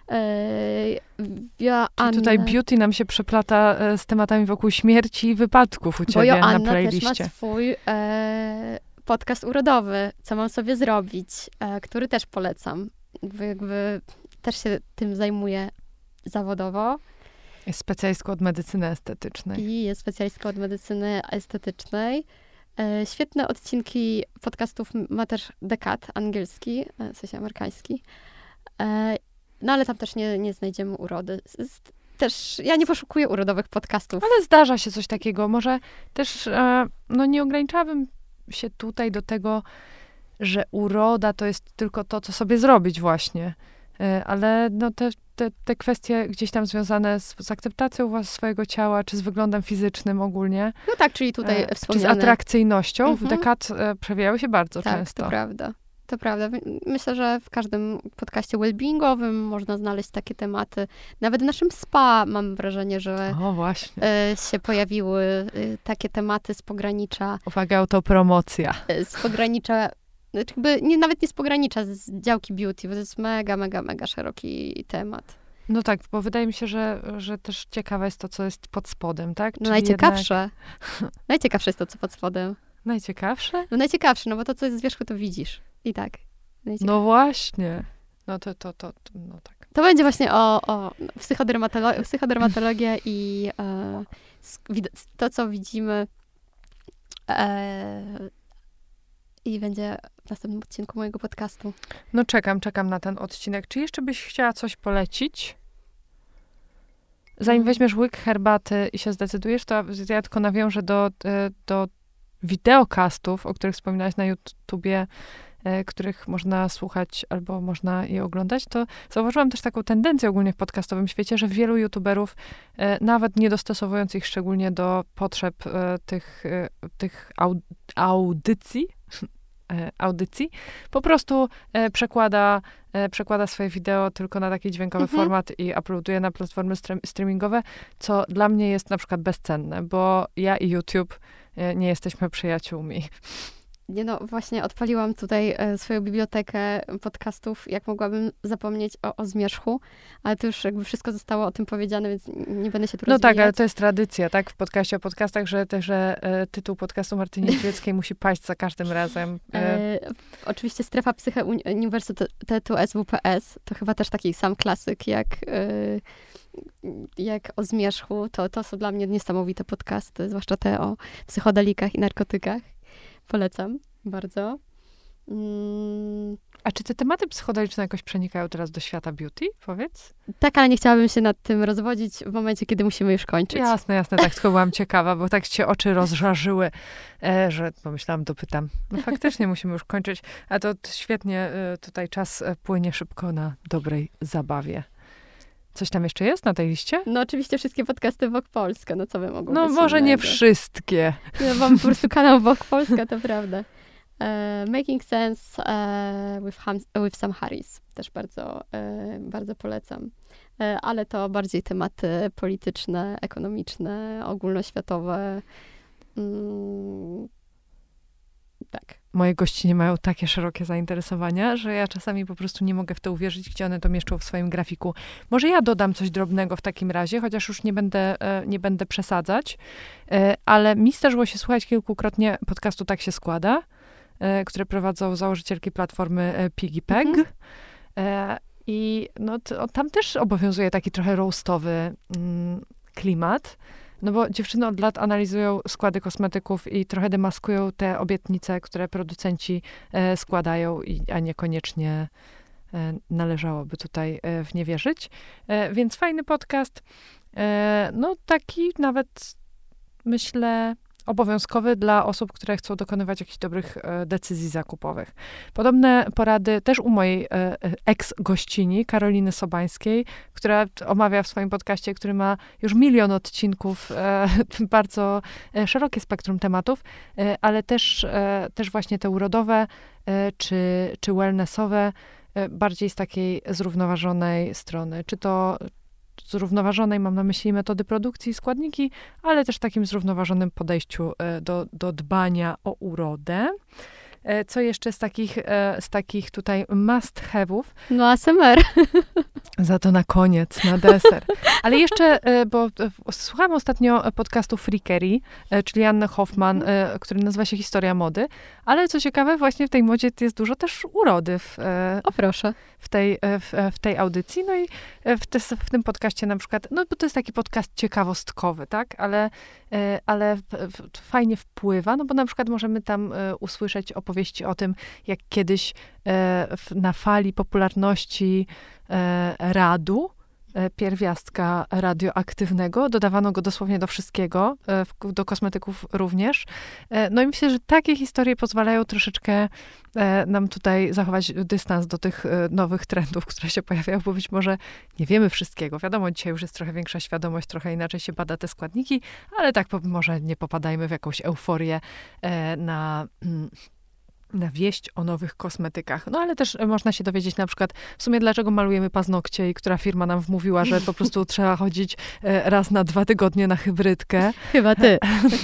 Czyli tutaj beauty nam się przeplata z tematami wokół śmierci i wypadków u ciebie na playliście.
Też ma swój podcast urodowy, Co mam sobie zrobić, który też polecam. Jakby też się tym zajmuję zawodowo.
Jest specjalistką od medycyny estetycznej.
I jest specjalistką od medycyny estetycznej. Świetne odcinki podcastów ma też Decat, angielski, w sensie amerykański. No ale tam też nie znajdziemy urody. Też ja nie poszukuję urodowych podcastów.
Ale zdarza się coś takiego. Może też nie ograniczałabym się tutaj do tego, że uroda to jest tylko to, co sobie zrobić właśnie. Ale no te kwestie gdzieś tam związane z akceptacją swojego ciała, czy z wyglądem fizycznym ogólnie.
No tak, czyli tutaj
Czy
wspomniane...
z atrakcyjnością w Decat przewijały się bardzo
tak,
często.
to prawda. To prawda. Myślę, że w każdym podcaście wellbeingowym można znaleźć takie tematy. Nawet w naszym spa mam wrażenie, że
właśnie.
się pojawiły takie tematy z pogranicza.
Uwaga, autopromocja.
Z pogranicza, znaczy nawet nie z pogranicza, z działki beauty, bo to jest mega, mega, mega szeroki temat.
No tak, bo wydaje mi się, że też ciekawe jest to, co jest pod spodem, tak?
No najciekawsze. Najciekawsze jest to, co pod spodem.
Najciekawsze?
No najciekawsze, no bo to, co jest z wierzchu, to widzisz. I tak.
No właśnie. No no tak.
To będzie właśnie o psychodermatologia i to, co widzimy i będzie w następnym odcinku mojego podcastu.
No czekam na ten odcinek. Czy jeszcze byś chciała coś polecić? Zanim weźmiesz łyk herbaty i się zdecydujesz, to ja tylko nawiążę do wideokastów, o których wspominałaś na YouTubie, których można słuchać albo można je oglądać, to zauważyłam też taką tendencję ogólnie w podcastowym świecie, że wielu youtuberów, nawet nie dostosowując ich szczególnie do potrzeb tych audycji, po prostu przekłada swoje wideo tylko na taki dźwiękowy format i uploaduje na platformy streamingowe, co dla mnie jest na przykład bezcenne, bo ja i YouTube nie jesteśmy przyjaciółmi.
Nie no, właśnie odpaliłam tutaj swoją bibliotekę podcastów, jak mogłabym zapomnieć o Zmierzchu, ale to już jakby wszystko zostało o tym powiedziane, więc nie będę się tu rozwijać.
No tak, ale to jest tradycja, tak, w podcaście o podcastach, że tytuł podcastu Martyny Niedźwieckiej musi paść za każdym razem.
Oczywiście Strefa Psyche Uniwersytetu SWPS, to chyba też taki sam klasyk jak o Zmierzchu. To są dla mnie niesamowite podcasty, zwłaszcza te o psychodelikach i narkotykach. Polecam bardzo.
A czy te tematy psychodeliczne jakoś przenikają teraz do świata beauty, powiedz?
Tak, ale nie chciałabym się nad tym rozwodzić w momencie, kiedy musimy już kończyć.
Jasne, tak tylko byłam ciekawa, bo tak cię oczy rozżarzyły, że pomyślałam, dopytam. No faktycznie musimy już kończyć, a to świetnie, tutaj czas płynie szybko na dobrej zabawie. Coś tam jeszcze jest na tej liście?
No oczywiście wszystkie podcasty Vogue Polska, no co by mogło
No
być
może
innego?
nie wszystkie.
Ja mam po prostu kanał Vogue Polska, to prawda. Making Sense with Sam Harris. Też bardzo polecam. Ale to bardziej tematy polityczne, ekonomiczne, ogólnoświatowe. Tak.
Moje gościnie mają takie szerokie zainteresowania, że ja czasami po prostu nie mogę w to uwierzyć, gdzie one to mieszczą w swoim grafiku. Może ja dodam coś drobnego w takim razie, chociaż już nie będę przesadzać, ale mi zdarzyło się słuchać kilkukrotnie podcastu Tak się składa, które prowadzą założycielki platformy PiggyPeg. I no, tam też obowiązuje taki trochę roastowy klimat. No bo dziewczyny od lat analizują składy kosmetyków i trochę demaskują te obietnice, które producenci składają, a niekoniecznie należałoby tutaj w nie wierzyć. Więc fajny podcast. No taki nawet, myślę, obowiązkowy dla osób, które chcą dokonywać jakichś dobrych decyzji zakupowych. Podobne porady też u mojej ex-gościni, Karoliny Sobańskiej, która omawia w swoim podcaście, który ma już 1 000 000 odcinków, bardzo szerokie spektrum tematów, ale też właśnie te urodowe czy wellnessowe, bardziej z takiej zrównoważonej strony. Czy to zrównoważonej, mam na myśli metody produkcji i składniki, ale też takim zrównoważonym podejściu do dbania o urodę. Co jeszcze z takich tutaj must have'ów?
No ASMR.
Za to na koniec, na deser. Ale jeszcze, bo słuchałam ostatnio podcastu Freakery, czyli Anny Hoffman, który nazywa się Historia mody, ale co ciekawe, właśnie w tej modzie jest dużo też urody
O proszę.
w tej audycji. No i w tym podcaście na przykład, no bo to jest taki podcast ciekawostkowy, tak? Ale fajnie wpływa, no bo na przykład możemy tam usłyszeć opowieści o tym, jak kiedyś na fali popularności radu pierwiastka radioaktywnego. Dodawano go dosłownie do wszystkiego, do kosmetyków również. No i myślę, że takie historie pozwalają troszeczkę nam tutaj zachować dystans do tych nowych trendów, które się pojawiają, bo być może nie wiemy wszystkiego. Wiadomo, dzisiaj już jest trochę większa świadomość, trochę inaczej się bada te składniki, ale tak może nie popadajmy w jakąś euforię na wieść o nowych kosmetykach. No ale też można się dowiedzieć na przykład w sumie dlaczego malujemy paznokcie i która firma nam wmówiła, że po prostu trzeba chodzić raz na 2 tygodnie na hybrydkę.
Chyba ty.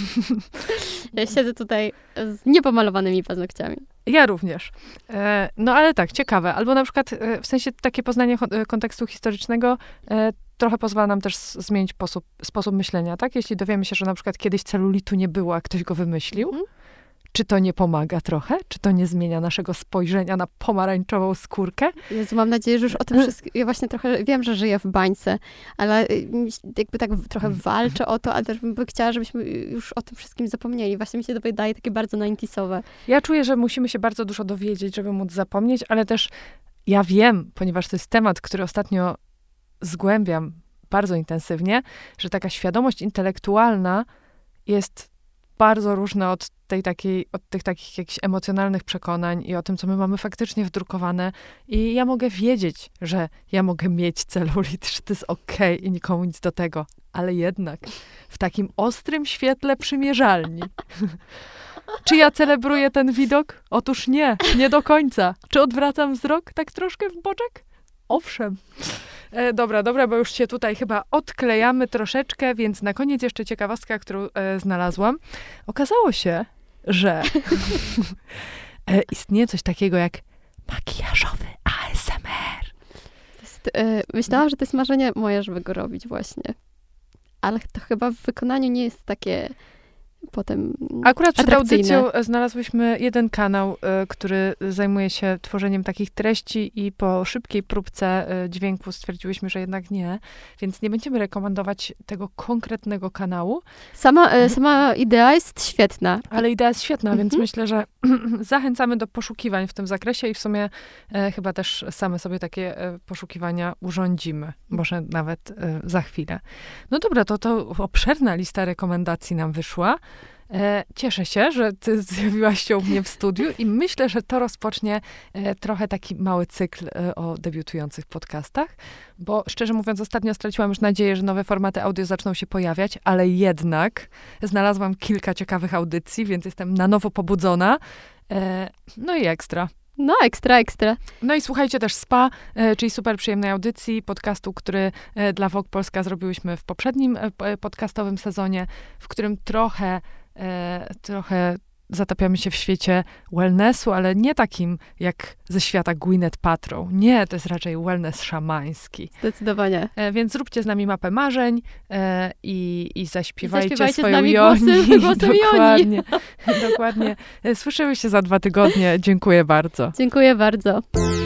Ja siedzę tutaj z niepomalowanymi paznokciami.
Ja również. No ale tak, ciekawe. Albo na przykład w sensie takie poznanie kontekstu historycznego trochę pozwala nam też zmienić sposób myślenia, tak? Jeśli dowiemy się, że na przykład kiedyś celulitu nie było, a ktoś go wymyślił, czy to nie pomaga trochę? Czy to nie zmienia naszego spojrzenia na pomarańczową skórkę?
Jezu, mam nadzieję, że już o tym wszystkim... Ja właśnie trochę wiem, że żyję w bańce, ale jakby tak trochę walczę o to, ale też bym chciała, żebyśmy już o tym wszystkim zapomnieli. Właśnie mi się to wydaje takie bardzo 90sowe.
Ja czuję, że musimy się bardzo dużo dowiedzieć, żeby móc zapomnieć, ale też ja wiem, ponieważ to jest temat, który ostatnio zgłębiam bardzo intensywnie, że taka świadomość intelektualna jest bardzo różna od tych takich jakichś emocjonalnych przekonań i o tym, co my mamy faktycznie wdrukowane. I ja mogę wiedzieć, że ja mogę mieć celulit, że to jest okej i nikomu nic do tego. Ale jednak w takim ostrym świetle przymierzalni. Czy ja celebruję ten widok? Otóż nie do końca. Czy odwracam wzrok tak troszkę w boczek? Owszem. Dobra, bo już się tutaj chyba odklejamy troszeczkę, więc na koniec jeszcze ciekawostka, którą znalazłam. Okazało się, że istnieje coś takiego jak makijażowy ASMR.
Myślałam, że to jest marzenie moje, żeby go robić właśnie. Ale to chyba w wykonaniu nie jest takie potem
akurat przed
atrakcyjne.
audycją znalazłyśmy jeden kanał, który zajmuje się tworzeniem takich treści i po szybkiej próbce dźwięku stwierdziłyśmy, że jednak nie, więc nie będziemy rekomendować tego konkretnego kanału.
Sama idea jest świetna.
Ale idea jest świetna, więc myślę, że zachęcamy do poszukiwań w tym zakresie i w sumie chyba też same sobie takie poszukiwania urządzimy. Może nawet za chwilę. No dobra, to obszerna lista rekomendacji nam wyszła. Cieszę się, że ty zjawiłaś się u mnie w studiu i myślę, że to rozpocznie trochę taki mały cykl o debiutujących podcastach, bo szczerze mówiąc ostatnio straciłam już nadzieję, że nowe formaty audio zaczną się pojawiać, ale jednak znalazłam kilka ciekawych audycji, więc jestem na nowo pobudzona. No i ekstra.
No, ekstra.
No i słuchajcie też SPA, czyli super przyjemnej audycji, podcastu, który dla Vogue Polska zrobiłyśmy w poprzednim podcastowym sezonie, w którym trochę zatapiamy się w świecie wellnessu, ale nie takim jak ze świata Gwyneth Paltrow. Nie, to jest raczej wellness szamański.
Zdecydowanie.
Więc zróbcie z nami mapę marzeń i zaśpiewajcie
swoją
swoją
z nami
Joni.
głosem
Dokładnie. Dokładnie. Słyszymy się za 2 tygodnie. Dziękuję bardzo.
Dziękuję bardzo.